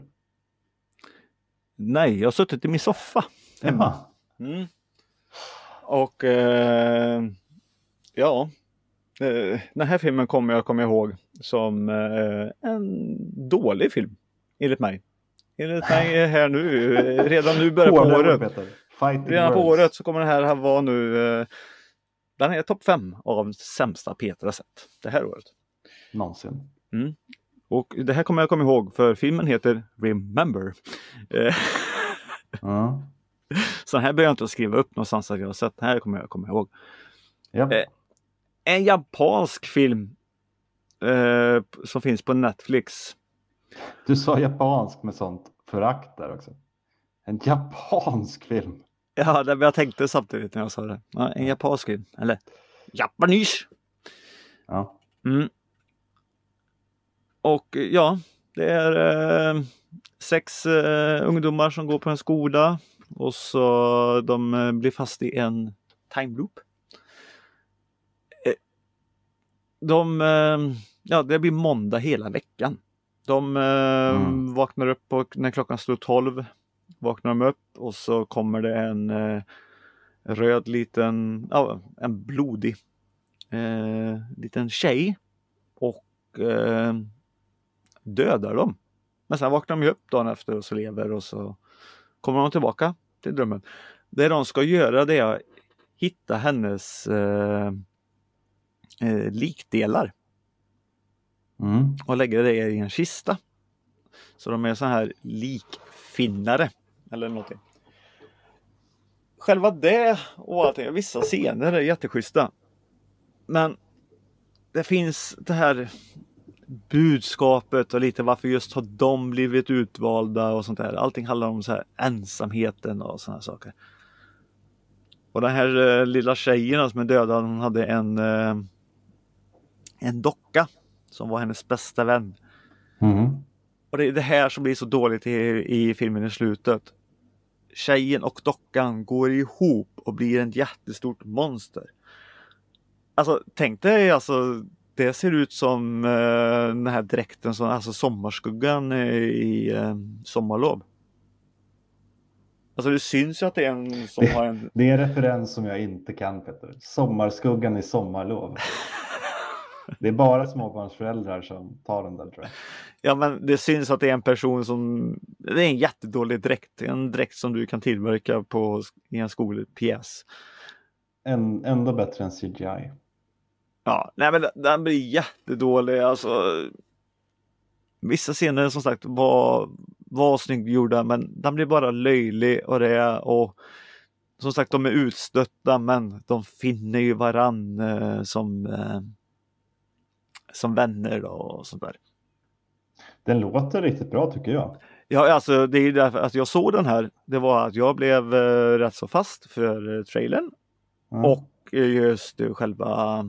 B: Nej, jag har suttit i min soffa hemma. Mm. Och eh, ja, eh, den här filmen kommer jag komma ihåg som eh, en dålig film, enligt mig. Enligt mig här nu, eh, redan nu börjar på året.
A: Peter. Fighting
B: Redan på
A: words.
B: året så kommer den här vara nu, eh, den är topp fem av sämsta Peter har sett det här året.
A: Någonsin.
B: Mm. Och det här kommer jag komma ihåg, för filmen heter Remember. Eh,
A: Ja.
B: Så här behöver jag inte skriva upp någonstans att jag har sett. Det här kommer jag komma ihåg.
A: Ja.
B: Eh, en japansk film eh, som finns på Netflix.
A: Du sa japansk med sånt förakt där också. En japansk film.
B: Ja, det jag tänkte samtidigt när jag sa det. Ja, en japansk film. Eller Japanish.
A: Ja.
B: Mm. Och ja, det är eh, sex eh, ungdomar som går på en skola. Och så de eh, blir fast i en time loop. Eh, de, eh, ja, det blir måndag hela veckan. De eh, mm. vaknar upp och när klockan slår tolv vaknar de upp och så kommer det en eh, röd liten, ja, en blodig eh, liten tjej och eh, dödar dem. Men sen vaknar de upp dagen efter och så lever och så kommer de tillbaka till drömmen. Det de ska göra det är att hitta hennes eh, eh, likdelar.
A: Mm.
B: Och lägga det i en kista. Så de är så här likfinnare. Eller någonting. Själva det och allting. Vissa scener är jätteschyssta. Men det finns det här budskapet och lite varför just har de blivit utvalda och sånt där. Allting handlar om så här ensamheten och såna här saker. Och den här eh, lilla tjejen som är dödad, hon hade en eh, en docka som var hennes bästa vän.
A: Mm.
B: Och det är det här som blir så dåligt i, i filmen i slutet. Tjejen och dockan går ihop och blir en jättestort monster. Alltså, tänk dig, alltså, det ser ut som uh, den här dräkten, som, alltså sommarskuggan i uh, Sommarlov. Alltså det syns ju att det är en som
A: det,
B: har en...
A: Det är en referens som jag inte kan, Peter. Sommarskuggan i Sommarlov. Det är bara småbarnsföräldrar som tar den där, tror jag.
B: Ja, men det syns att det är en person som... Det är en jättedålig dräkt. En dräkt som du kan tillverka på, i en skolpjäs.
A: En, ändå bättre än C G I.
B: Ja, nej men den blir jättedålig. Alltså, vissa scener som sagt var, var snyggt gjorda, men den blir bara löjlig och det. Och som sagt, de är utstötta, men de finner ju varann eh, som... Eh, som vänner då och sånt där.
A: Den låter riktigt bra, tycker jag.
B: Ja, alltså det är därför att jag såg den här. Det var att jag blev eh, rätt så fast för eh, trailern. Mm. Och just eh, själva...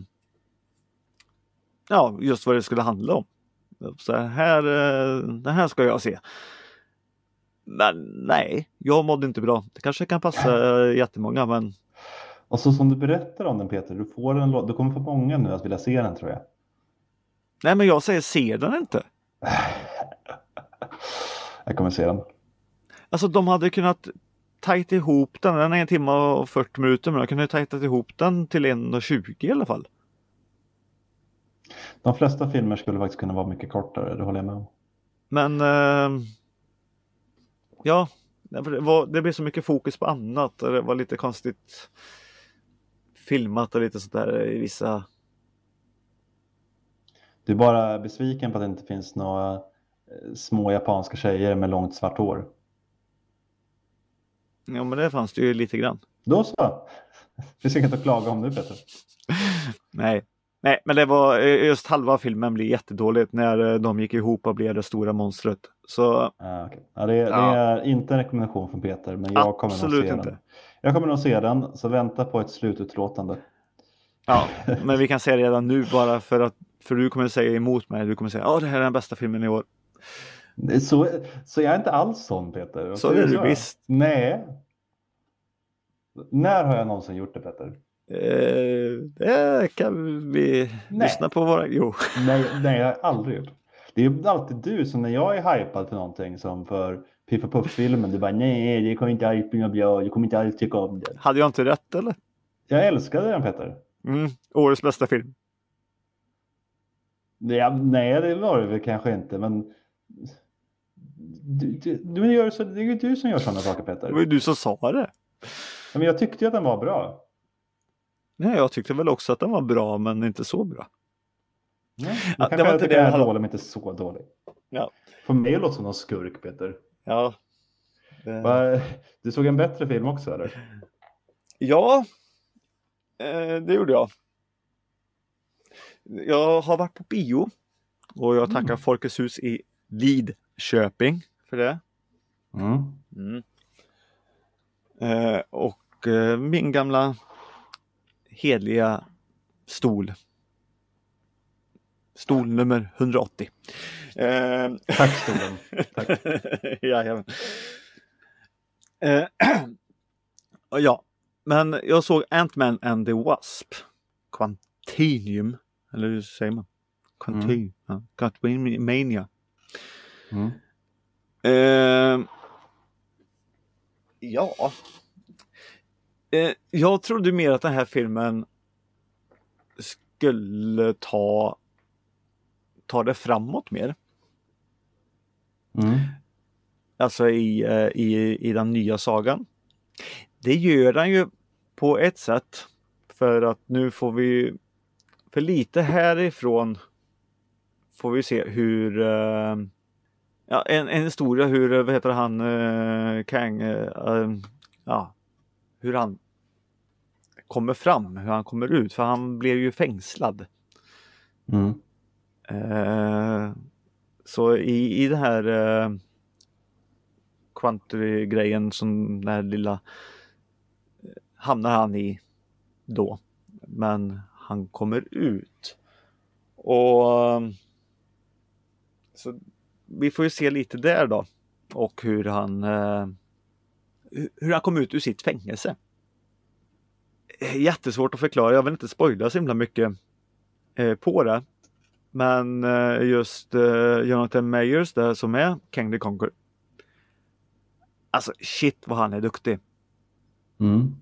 B: Ja, just vad det skulle handla om. Så här, eh, det här ska jag se. Men nej, jag mådde inte bra. Det kanske kan passa eh, jättemånga, men...
A: Och så som du berättar om den, Peter, du, får en, du kommer få många nu att vilja se den, tror jag.
B: Nej, men jag säger, ser den inte.
A: Jag kommer se den.
B: Alltså, de hade kunnat tajta ihop den. Den är en timme och fyrtio minuter, men de kunde tajta ihop den till en och tjugo i alla fall.
A: De flesta filmer skulle faktiskt kunna vara mycket kortare, det håller jag med om.
B: Men eh, ja, det, var, det blev så mycket fokus på annat. Och det var lite konstigt filmat och lite sådär i vissa...
A: Du är bara besviken på att det inte finns några små japanska tjejer med långt svart hår.
B: Ja, men det fanns det ju lite grann.
A: Då så. Det finns inget att klaga om nu, Peter.
B: Nej. Nej, men det var just halva filmen blev jättedåligt när de gick ihop och blev det stora monstret. Så...
A: Ah, okay. Ja, det, ja. det är inte en rekommendation från Peter, men jag kommer
B: Absolut
A: nog se
B: inte.
A: den. Jag kommer nog se den, så vänta på ett slututlåtande.
B: Ja, men vi kan säga redan nu bara för att för du kommer säga emot mig. Du kommer säga, ja, det här är den bästa filmen i år.
A: Så, så jag är inte alls sån, Peter.
B: Så är du visst.
A: Nej. När har jag någonsin gjort det, Peter?
B: Eh, det kan vi nej. lyssna på våra... Jo.
A: Nej, nej, jag har aldrig gjort. Det är alltid du som när jag är hypad för någonting som för Piff och Puff-filmen. Du bara, nej, det kommer inte alls bli något bra. Jag kommer inte alls tycka om det.
B: Hade jag inte rätt, eller?
A: Jag älskade den, Peter.
B: Mm, årets bästa film.
A: Ja, nej, det var det väl kanske inte, men... Du, du, du gör så, det är ju du som gör sådana saker, Peter.
B: Det var ju du som sa det.
A: Men jag tyckte ju att den var bra.
B: Nej, jag tyckte väl också att den var bra, men inte så bra.
A: Ja, ja, det var inte det. Den är dålig, men inte så dålig.
B: Ja.
A: För mig låter som någon skurk, Peter.
B: Ja.
A: Det... Du såg en bättre film också, eller?
B: Ja, det gjorde jag. Jag har varit på bio. Och jag tackar mm. Folkets hus i Lidköping för det.
A: Mm.
B: Mm. Eh, och eh, min gamla hedliga stol. Stol nummer hundraåttio. Eh,
A: Tack stolen. Tack.
B: Jajamän. Eh, ja, men jag såg Ant-Man and the Wasp. Quantinuum. Eller hur säger man? Quantinuum. Mm. Quantumania.
A: Mm.
B: Eh, ja. Eh, jag trodde mer att den här filmen skulle ta ta det framåt mer.
A: Mm.
B: Alltså i, i, i den nya sagan. Det gör den ju på ett sätt. För att nu får vi för lite härifrån får vi se hur uh, ja, en, en historia hur, vad heter han uh, Kang uh, ja, hur han kommer fram, hur han kommer ut, för han blev ju fängslad.
A: Mm.
B: Uh, så i, i det här uh, kvantgrejen som den här lilla uh, hamnar han i då, men han kommer ut och uh, så vi får ju se lite där då och hur han uh, hur han kom ut ur sitt fängelse. Jättesvårt att förklara, jag vill inte spoila så himla mycket uh, på det. Men just uh, Jonathan Majors där som är Kang the Conqueror. Alltså shit vad han är duktig.
A: Mm.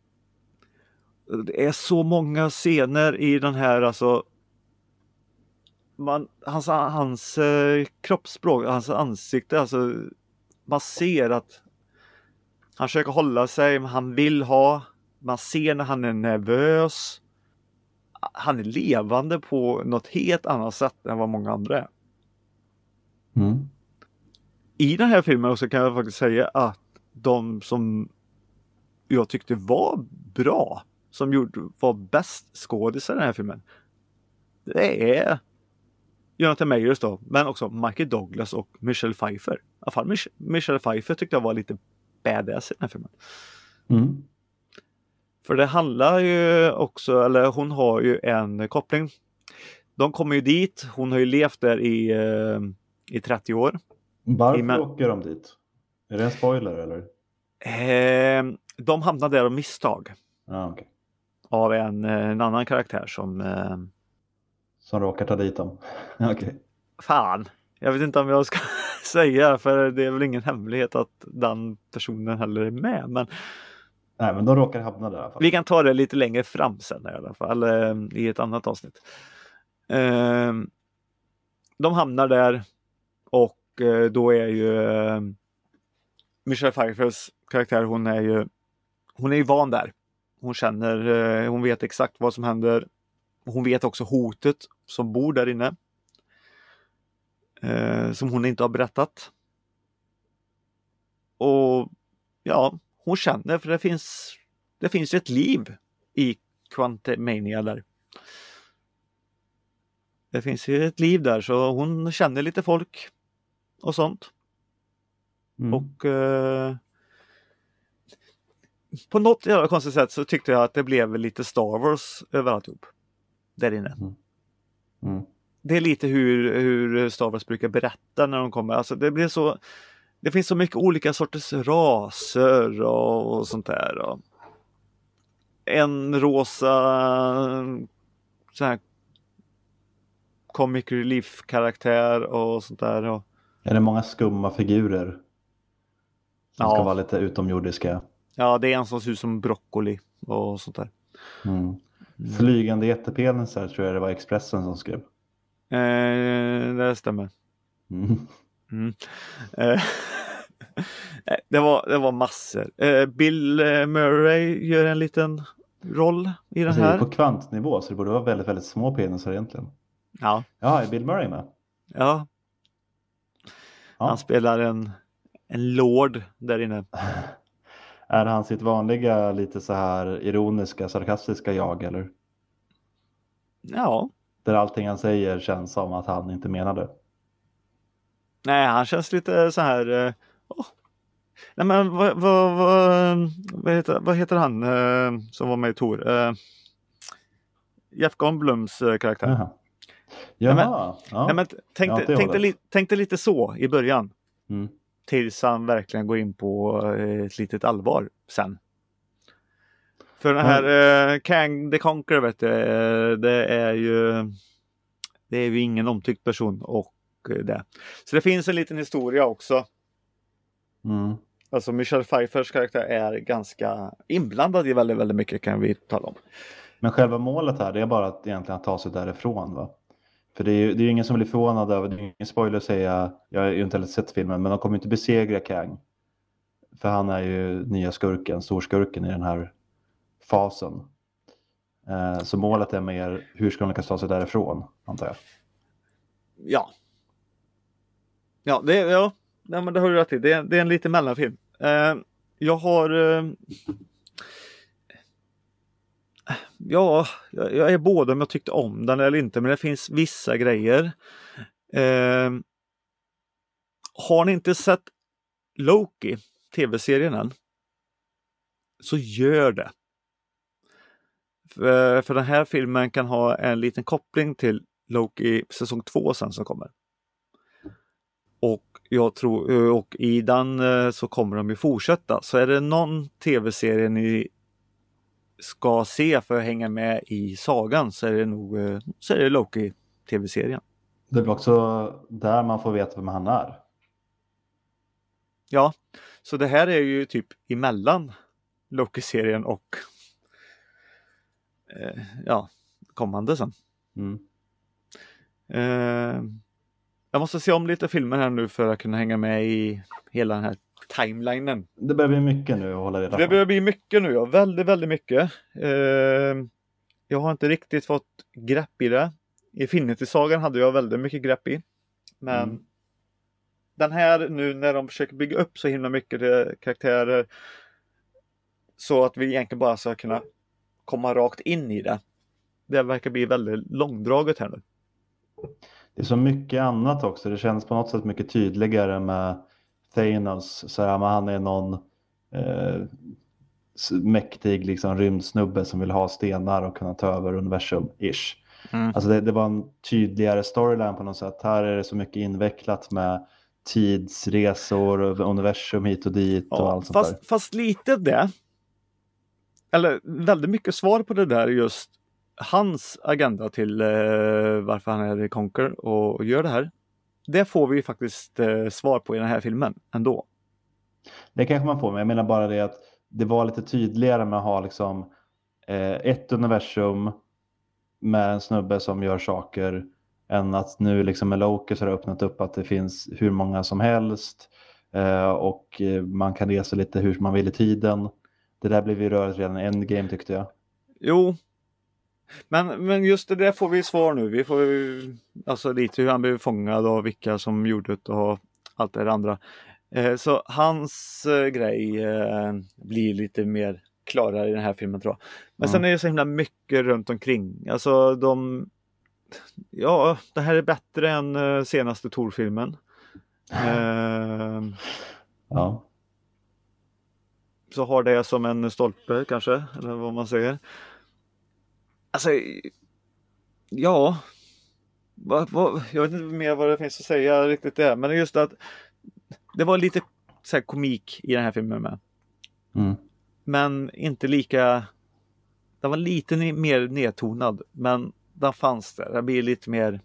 B: Det är så många scener i den här alltså. Man, hans hans uh, kroppsspråk, hans ansikte, alltså man ser att han försöker hålla sig, han vill ha. Man ser när han är nervös. Han är levande på något helt annat sätt än vad många andra är.
A: Mm.
B: I den här filmen också kan jag faktiskt säga att de som jag tyckte var bra, som gjorde, var bäst skådisar i den här filmen, det är Jonathan Majors då, men också Michael Douglas och Michelle Pfeiffer. I alla fall Mich- Michelle Pfeiffer tyckte jag var lite badass i den här filmen.
A: Mm.
B: För det handlar ju också, eller hon har ju en koppling. De kommer ju dit, hon har ju levt där i, i trettio år.
A: Varför
B: I,
A: åker de dit? Är det en spoiler eller?
B: Eh, de hamnar där av misstag.
A: Ah, okay.
B: Av en, en annan karaktär som... Eh,
A: som råkar ta dit dem. Okej. Okay.
B: Fan, jag vet inte om jag ska säga, för det är väl ingen hemlighet att den personen heller är med, men...
A: Nej, men de råkar hamna där i alla fall.
B: Vi kan ta det lite längre fram sen i alla fall, eh, i ett annat avsnitt. Eh, de hamnar där och eh, då är ju eh, Michelle Pfeiffers karaktär, hon är ju hon är ju van där. Hon känner, eh, hon vet exakt vad som händer. Hon vet också hotet som bor där inne. Eh, som hon inte har berättat. Och ja, hon känner, för det finns det finns ett liv i Quantumania där. Det finns ju ett liv där, så hon känner lite folk och sånt. Mm. Och eh, på något jävla konstigt sätt så tyckte jag att det blev lite Star Wars över alltihop. Där inne.
A: Mm. Mm.
B: Det är lite hur, hur Star Wars brukar berätta när de kommer. Alltså det blir så, det finns så mycket olika sorters raser och, och sånt där. Och en rosa så här comic relief karaktär och sånt där. Och...
A: Är det många skumma figurer som
B: ja.
A: ska vara lite utomjordiska?
B: Ja, det är en som ser ut som broccoli och sånt där.
A: Mm.
B: Mm.
A: Flygande jättepenisar tror jag det var Expressen som skrev.
B: Eh, det stämmer.
A: Mm.
B: Mm. Eh, det, var, det var massor. Eh, Bill Murray gör en liten roll i den
A: alltså,
B: här.
A: På kvantnivå så det borde vara väldigt, väldigt små penisar egentligen.
B: Ja.
A: Ja, är Bill Murray med?
B: Ja.
A: Ja.
B: Han spelar en, en lord där inne.
A: Är han sitt vanliga lite så här ironiska, sarkastiska jag eller?
B: Ja.
A: Där allting han säger känns som att han inte menade.
B: Nej, han känns lite så här... Eh, oh. Nej, men vad, vad, vad, vad, heter, vad heter han eh, som var med i Thor? Eh, Jeff Goldblums eh, karaktär.
A: Jaha. Jaha.
B: Nej, men,
A: ja.
B: nej, men tänkte,
A: ja,
B: tänkte, li, tänkte lite så i början.
A: Mm.
B: Tills han verkligen går in på eh, ett litet allvar sen. För den här eh, Kang the Conqueror, vet du, eh, det är ju det är ju ingen omtyckt person och eh, det. Så det finns en liten historia också.
A: Mm.
B: Alltså Michelle Pfeiffers karaktär är ganska inblandad i väldigt, väldigt mycket, kan vi tala om.
A: Men själva målet här, det är bara att egentligen ta sig därifrån, va? För det är ju det är ingen som blir förvånad över, det är ingen spoiler att säga, jag har ju inte heller sett filmen, men de kommer inte besegra Kang. För han är ju nya skurken, storskurken i den här fasen. Eh, så målet är mer, hur ska de lyckas ta sig därifrån, antar jag.
B: Ja. Ja, det, ja. Nej, men det har du rätt i. Det är, det är en lite mellanfilm. Eh, jag har... Eh, ja, jag är både om jag tyckte om den eller inte, men det finns vissa grejer. Eh, har ni inte sett Loki, tv-serien än, så gör det. För, för den här filmen kan ha en liten koppling till Loki säsong två sen som kommer. Och jag tror, och i den så kommer de ju fortsätta. Så är det någon tv-serie ni ska se för att hänga med i sagan, så är det nog så är det Loki tv-serien.
A: Det är också där man får veta vem han är.
B: Ja, så det här är ju typ emellan Loki-serien och eh, ja, kommande sen.
A: Mm.
B: Eh, jag måste se om lite filmer här nu för att kunna hänga med i hela den här timelinen.
A: Det börjar bli mycket nu att hålla reda på.
B: Det börjar bli mycket nu, ja. Väldigt, väldigt mycket. Eh, jag har inte riktigt fått grepp i det. I Infinity-sagan hade jag väldigt mycket grepp i. Men mm. den här nu när de försöker bygga upp så himla mycket karaktärer så att vi egentligen bara ska kunna komma rakt in i det. Det verkar bli väldigt långdraget här nu.
A: Det är så mycket annat också. Det känns på något sätt mycket tydligare med Thanos. Så här, han är någon eh, mäktig liksom, rymdsnubbe som vill ha stenar och kunna ta över universum-ish. Mm. Alltså det, det var en tydligare storyline på något sätt. Här är det så mycket invecklat med tidsresor och universum hit och dit och
B: ja,
A: allt sånt
B: fast,
A: där.
B: Fast lite det. Eller väldigt mycket svar på det där just hans agenda till eh, varför han är i Conquer och, och gör det här. Det får vi faktiskt eh, svar på i den här filmen ändå.
A: Det kanske man får, men jag menar bara det att det var lite tydligare med att ha liksom eh, ett universum med en snubbe som gör saker än att nu liksom med Loki så har det öppnat upp att det finns hur många som helst eh, och eh, man kan resa lite hur man vill i tiden. Det där blev ju rörigt redan i Endgame tyckte jag.
B: Jo, men, men just det där får vi svar nu. Vi får alltså lite hur han blev fångad och vilka som gjorde det och allt det andra. Eh, så hans eh, grej eh, blir lite mer klarare i den här filmen tror jag. Men mm. sen är det så himla mycket runt omkring. Alltså de... Ja, det här är bättre än eh, senaste Thor-filmen. Eh,
A: ja.
B: så har det som en stolpe kanske, eller vad man säger. Alltså, ja, vad, vad, jag vet inte mer vad det finns att säga riktigt där, men just att det var lite så här komik i den här filmen med.
A: Mm.
B: Men inte lika, den var lite mer nedtonad, men den fanns där. Det blir lite mer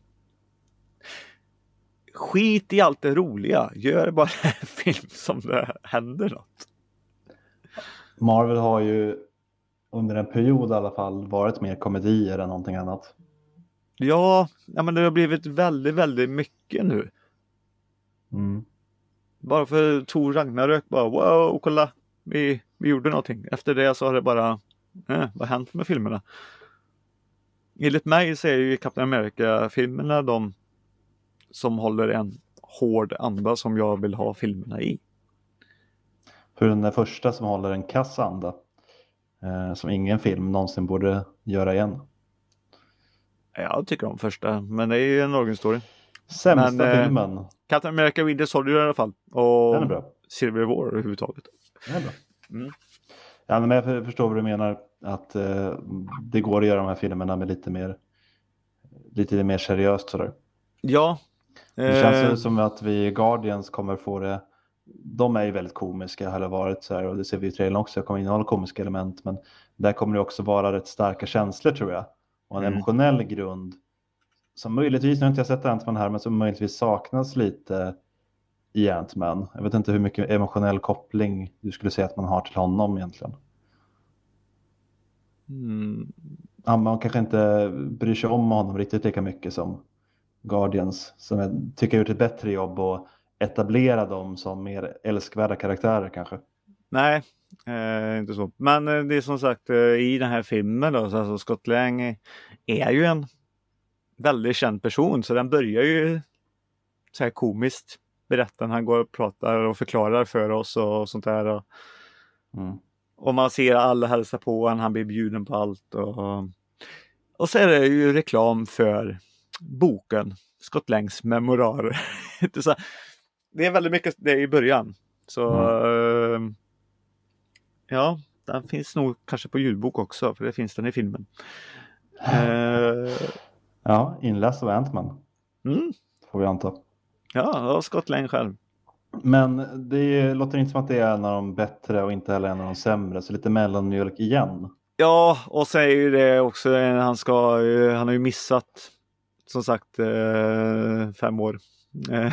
B: skit i allt det roliga. Gör bara en film som det händer något.
A: Marvel har ju under en period i alla fall varit mer komedier än någonting annat.
B: Ja, ja men det har blivit väldigt, väldigt mycket nu.
A: Mm.
B: Bara för Thor Ragnarök bara, wow, kolla, vi, vi gjorde någonting. Efter det så har det bara, eh, vad har hänt med filmerna? Enligt mig så är ju Captain America-filmerna de som håller en hård anda som jag vill ha filmerna i.
A: För den där första som håller en kass anda. Eh, som ingen film någonsin borde göra igen.
B: Jag tycker om första, men det är ju en origin story.
A: Sämsta
B: men,
A: filmen.
B: Eh, Captain America Winter Soldier i alla fall. Och
A: den är bra.
B: Civil War överhuvudtaget.
A: Den är bra.
B: Mm.
A: Ja, men jag förstår vad du menar. Att eh, det går att göra de här filmerna med lite mer lite mer seriöst sådär.
B: Ja.
A: Det
B: eh...
A: känns ju som att vi i Guardians kommer få det. De är ju väldigt komiska, har varit så här, och det ser vi i trailern också, kommer innehålla komiska element, men där kommer det också vara rätt starka känslor tror jag. Och en mm. emotionell grund som möjligtvis, nu har inte jag sett Ant-Man här, men som möjligtvis saknas lite i Ant-Man. Jag vet inte hur mycket emotionell koppling du skulle säga att man har till honom egentligen.
B: Mm.
A: Ja, man kanske inte bryr sig om honom riktigt lika mycket som Guardians, som jag tycker har gjort ett bättre jobb att etablera dem som mer älskvärda karaktärer kanske.
B: Nej, eh, inte så. Men eh, det är som sagt eh, i den här filmen då, så alltså Scott Lang är ju en väldigt känd person, så den börjar ju så här komiskt berätta. Han går och pratar och förklarar för oss och sånt där. Och,
A: mm.
B: och man ser alla hälsa på honom, han blir bjuden på allt. Och, och så är det ju reklam för boken Scott Langs memoarer. så, det är väldigt mycket det i början. Så mm. eh, ja, den finns nog kanske på ljudbok också, för det finns den i filmen. eh,
A: ja, inläst av Ant-Man.
B: Mm.
A: Får vi anta.
B: Ja, och Scott Lang själv.
A: Men det låter inte som att det är en av de bättre och inte heller en av de sämre. Så lite mellanmjölk igen.
B: Ja, och så är ju det också, han ska, han har ju missat som sagt fem år. mm.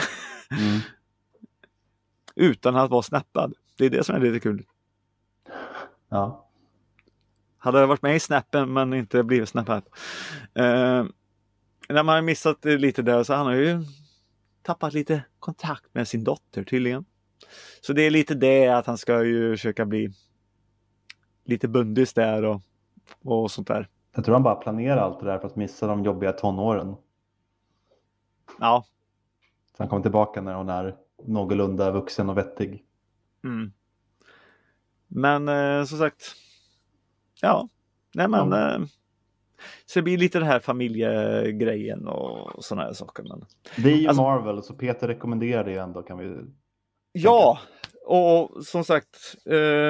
B: Utan att vara snappad. Det är det som är lite kul.
A: Ja.
B: Hade jag varit med i snappen men inte blivit snappad. Eh, när man har missat lite där så han har ju tappat lite kontakt med sin dotter tydligen. Så det är lite det att han ska ju försöka bli lite bundis där och, och sånt där.
A: Jag tror han bara planerar allt det där för att missa de jobbiga tonåren.
B: Ja.
A: Så han kommer tillbaka när hon är någorlunda vuxen och vettig.
B: Mm. Men eh, som sagt, ja, nej men ja. eh, så det blir lite den här familjegrejen och såna här saker. Men,
A: det är ju
B: alltså,
A: Marvel, så Peter rekommenderar det ändå, kan vi.
B: Ja, och som sagt, eh,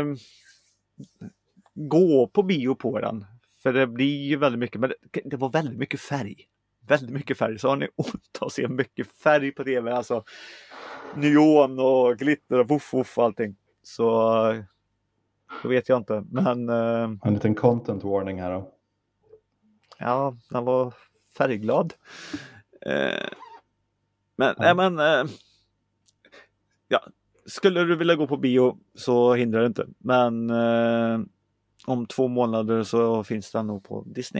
B: gå på bio på den, för det blir ju väldigt mycket, men det, det var väldigt mycket färg. Väldigt mycket färg, så har ni ont att se mycket färg på tv, alltså neon och glitter och woof woof och allting. Så det vet jag inte, men eh,
A: en liten content warning här då.
B: Ja, han var färgglad. Eh, men, ja. äh, men eh, ja, skulle du vilja gå på bio så hindrar det inte. Men eh, om två månader så finns den nog på Disney.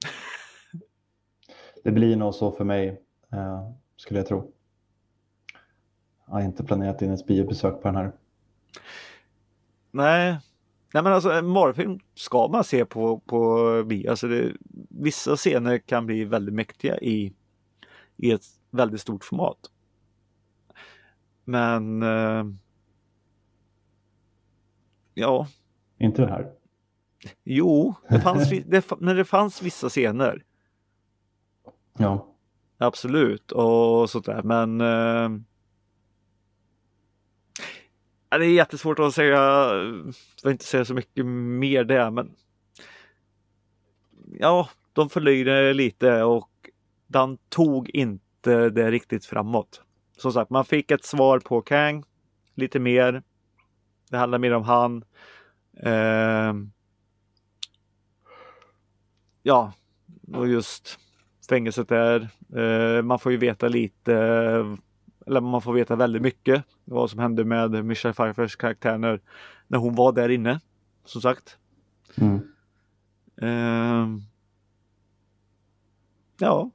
A: Det blir nog så för mig, eh, skulle jag tro. Jag har inte planerat in ett biobesök på den här.
B: Nej, Nej men alltså en Marvel-film ska man se på, på bio. Alltså det, vissa scener kan bli väldigt mäktiga i, i ett väldigt stort format. Men eh, ja.
A: Inte det här.
B: Jo, det fanns, det, men det fanns vissa scener.
A: Ja.
B: Absolut, och sånt där. Men eh, Ja, det är jättesvårt att säga, jag vill inte säga så mycket mer där, men ja, de förlöjde lite och den tog inte det riktigt framåt. Som sagt, man fick ett svar på Kang, lite mer. Det handlar mer om han. Eh, ja, och just fängelset där. Eh, man får ju veta lite, eller man får veta väldigt mycket vad som hände med Michelle Pfeiffers karaktär när, när hon var där inne, som sagt.
A: Mm.
B: Eh, ja.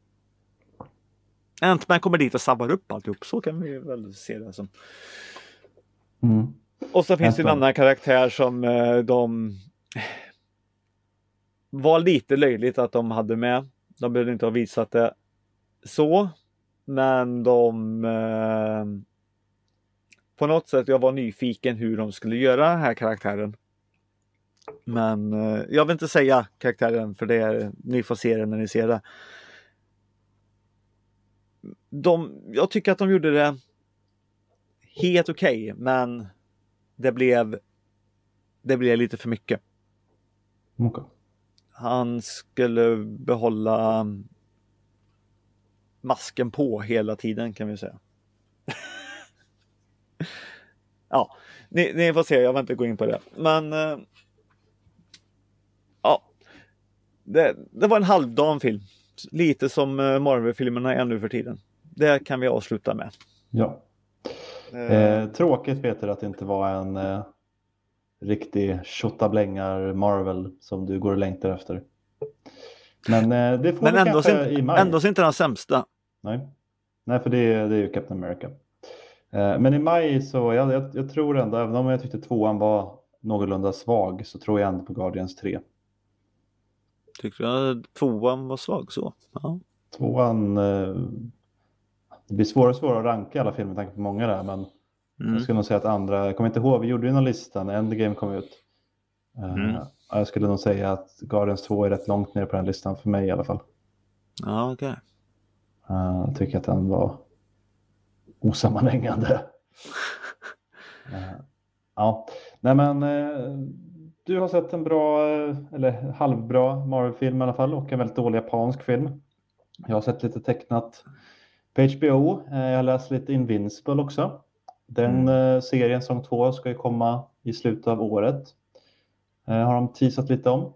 B: Ant-Man kommer dit och sabbar upp alltihop, så kan vi väl se det som.
A: Mm.
B: Och så finns det en annan karaktär som eh, de var lite löjligt att de hade med. De behövde inte ha visat det så, men de eh, på något sätt, jag var nyfiken hur de skulle göra den här karaktären. Men eh, jag vill inte säga karaktären, för det är, ni får se den när ni ser det. De, jag tycker att de gjorde det helt okej, okay, men det blev det blev lite för mycket.
A: Okay.
B: Han skulle behålla masken på hela tiden, kan vi säga. Ja, ni, ni får se, jag vill inte gå in på det. Men äh, ja, det, det var en halvdan film. Lite som Marvel-filmerna är nu för tiden. Det kan vi avsluta med.
A: Ja. Eh, tråkigt, Peter, att det inte var en eh, riktig tjottablängar Marvel som du går och längtar efter. Men eh, det får
B: Men
A: vi
B: ändå
A: kanske
B: inte,
A: i maj.
B: Ändå inte den sämsta.
A: Nej, Nej för det är, det är ju Captain America. Eh, men i maj så, jag, jag, jag tror ändå, även om jag tyckte tvåan var någorlunda svag, så tror jag ändå på Guardians tre.
B: Tycker du tvåan var svag så? Ja.
A: Tvåan, eh, det blir svårare och svårare att ranka alla filmer med tanke på många där, men mm. jag skulle nog säga att andra, jag kommer inte ihåg, vi gjorde ju någon lista när Endgame kom ut. Mm. Uh, jag skulle nog säga att Guardians två är rätt långt ner på den listan för mig i alla fall.
B: Ja, okej.
A: Okay. Uh, jag tycker att den var osammanhängande. uh, ja, nej men uh, du har sett en bra, eller halvbra Marvel-film i alla fall, och en väldigt dålig japansk film. Jag har sett lite tecknat på H B O. Jag har läst lite Invincible också. Den mm. serien som två ska ju komma i slutet av året. Har de teasat lite om.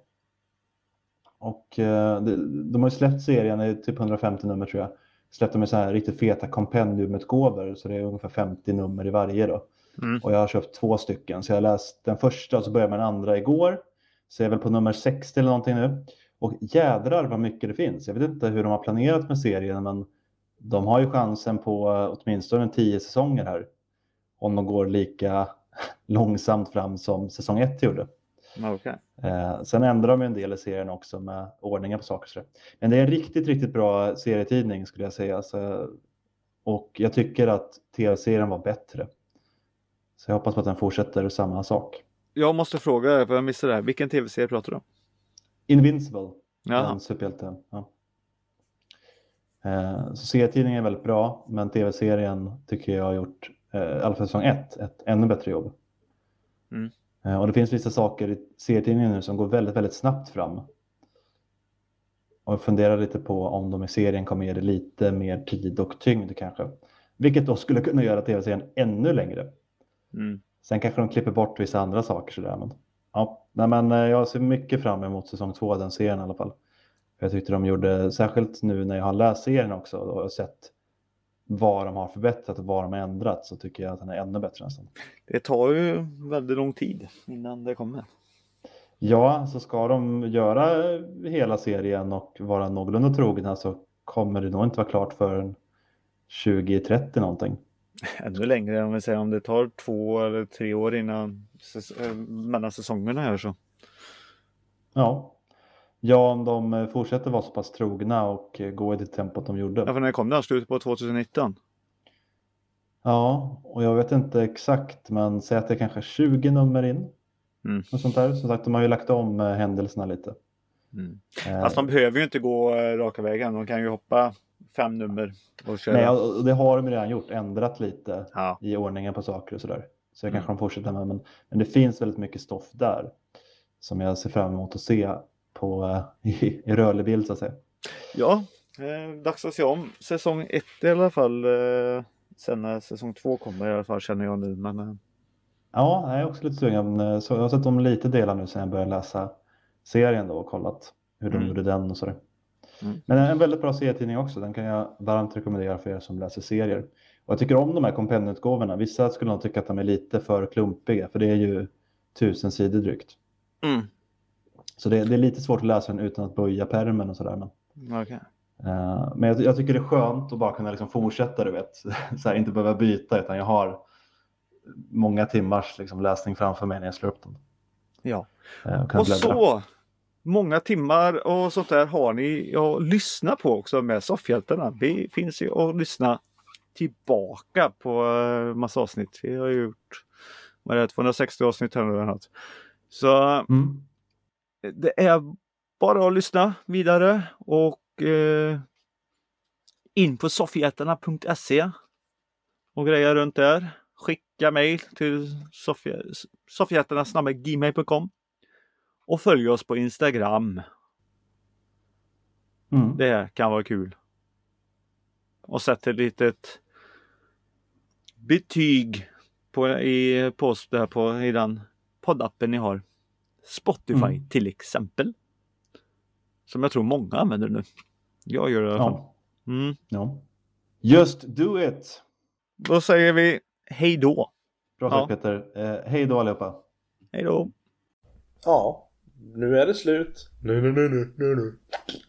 A: Och de har ju släppt serien i typ hundrafemtio nummer tror jag. Släppte med så här riktigt feta kompendiumutgåvor. Så det är ungefär femtio nummer i varje då. Mm. Och jag har köpt två stycken. Så jag har läst den första och så börjar med den andra igår. Så jag är väl på nummer sextio eller någonting nu. Och jädrar vad mycket det finns. Jag vet inte hur de har planerat med serien, men de har ju chansen på åtminstone tio säsonger här. Om de går lika långsamt fram som säsong ett gjorde.
B: Okay.
A: Eh, sen ändrar de en del i serien också med ordningen på saker. Så. Men det är en riktigt, riktigt bra serietidning skulle jag säga. Så, och jag tycker att tv-serien var bättre. Så jag hoppas på att den fortsätter samma sak.
B: Jag måste fråga, för jag missade det här. Vilken tv-serie pratar du om?
A: Invincible.
B: Ja.
A: Den superhjälten. Ja. Eh, så serietidningen är väldigt bra, men tv-serien tycker jag har gjort, eh, i alla fall säsong ett, ett ännu bättre jobb.
B: Mm.
A: Eh, och det finns vissa saker i serietidningen nu som går väldigt, väldigt snabbt fram. Och jag funderar lite på om de i serien kommer ge det lite mer tid och tyngd kanske. Vilket då skulle kunna göra tv-serien ännu längre.
B: Mm.
A: Sen kanske de klipper bort vissa andra saker sådär. Men, ja. Nej, men jag ser mycket fram emot säsong två av den serien i alla fall. Jag tyckte de gjorde, särskilt nu när jag har läst serien också och har sett vad de har förbättrat och vad de har ändrat, så tycker jag att den är ännu bättre nästan.
B: Det tar ju väldigt lång tid innan det kommer.
A: Ja, så ska de göra hela serien och vara någorlunda trogna så kommer det nog inte vara klart förrän tjugo trettio någonting.
B: Ännu längre om vi säger, om det tar två eller tre år innan mellan säsongerna här så.
A: Ja. Ja, om de fortsätter vara så pass trogna och gå i det tempot de gjorde.
B: Ja, för när kom det? Slutet på tjugonitton?
A: Ja, och jag vet inte exakt, men säg att det är kanske tjugo nummer in.
B: Mm.
A: Och sånt där. Som sagt, de har ju lagt om händelserna lite.
B: Mm. Eh. Fast de behöver ju inte gå raka vägen. De kan ju hoppa fem nummer och köra.
A: Nej, och det har de redan gjort. Ändrat lite
B: ja.
A: i ordningen på saker och sådär. Så jag
B: Mm.
A: kanske de fortsätter med. Men, men det finns väldigt mycket stoff där som jag ser fram emot att se på, i, i rörlig bild så att säga.
B: Ja, eh, dags att se om säsong ett i alla fall. Eh, sen när säsong två kommer i alla fall känner jag nu. Men, eh.
A: Ja, jag är också lite sugen. Så jag har sett om lite delar nu sen jag började läsa serien då och kollat hur de
B: Mm.
A: gjorde den och sådär.
B: Mm.
A: Men en väldigt bra serietidning också. Den kan jag varmt rekommendera för er som läser serier. Och jag tycker om de här kompendiutgåvorna. Vissa skulle nog tycka att de är lite för klumpiga. För det är ju tusen sidor drygt.
B: Mm.
A: Så det, det är lite svårt att läsa den utan att böja pärmen och sådär. Men,
B: Okay.
A: uh, men jag, jag tycker det är skönt att bara kunna liksom fortsätta, du vet. Så här, inte behöva byta, utan jag har många timmars liksom läsning framför mig när jag slår upp den.
B: Ja.
A: Uh, och
B: och så många timmar och sånt där har ni att lyssna på också med Soffhjältarna. Det finns ju att lyssna tillbaka på massa avsnitt. Vi har gjort vad är det, tvåhundrasextio avsnitt här eller något. Så mm. det är bara att lyssna vidare och eh, in på soffhjältarna punkt se och grejer runt där. Skicka mejl till soffhjältarna snabel-a gmail punkt com och följ oss på Instagram. Mm. Det kan vara kul. Och sätt ett litet betyg på, i, på, där på, i den poddappen ni har. Spotify mm. till exempel. Som jag tror många använder nu. Jag gör det i alla fall.
A: Ja. Mm. Ja. Just do it!
B: Då säger vi hej då.
A: Bra sagt ja. Peter. Eh, hej då allihopa.
B: Hej då.
C: Ja, nu är det slut. Nu, nu, nu, nu, nu, nu.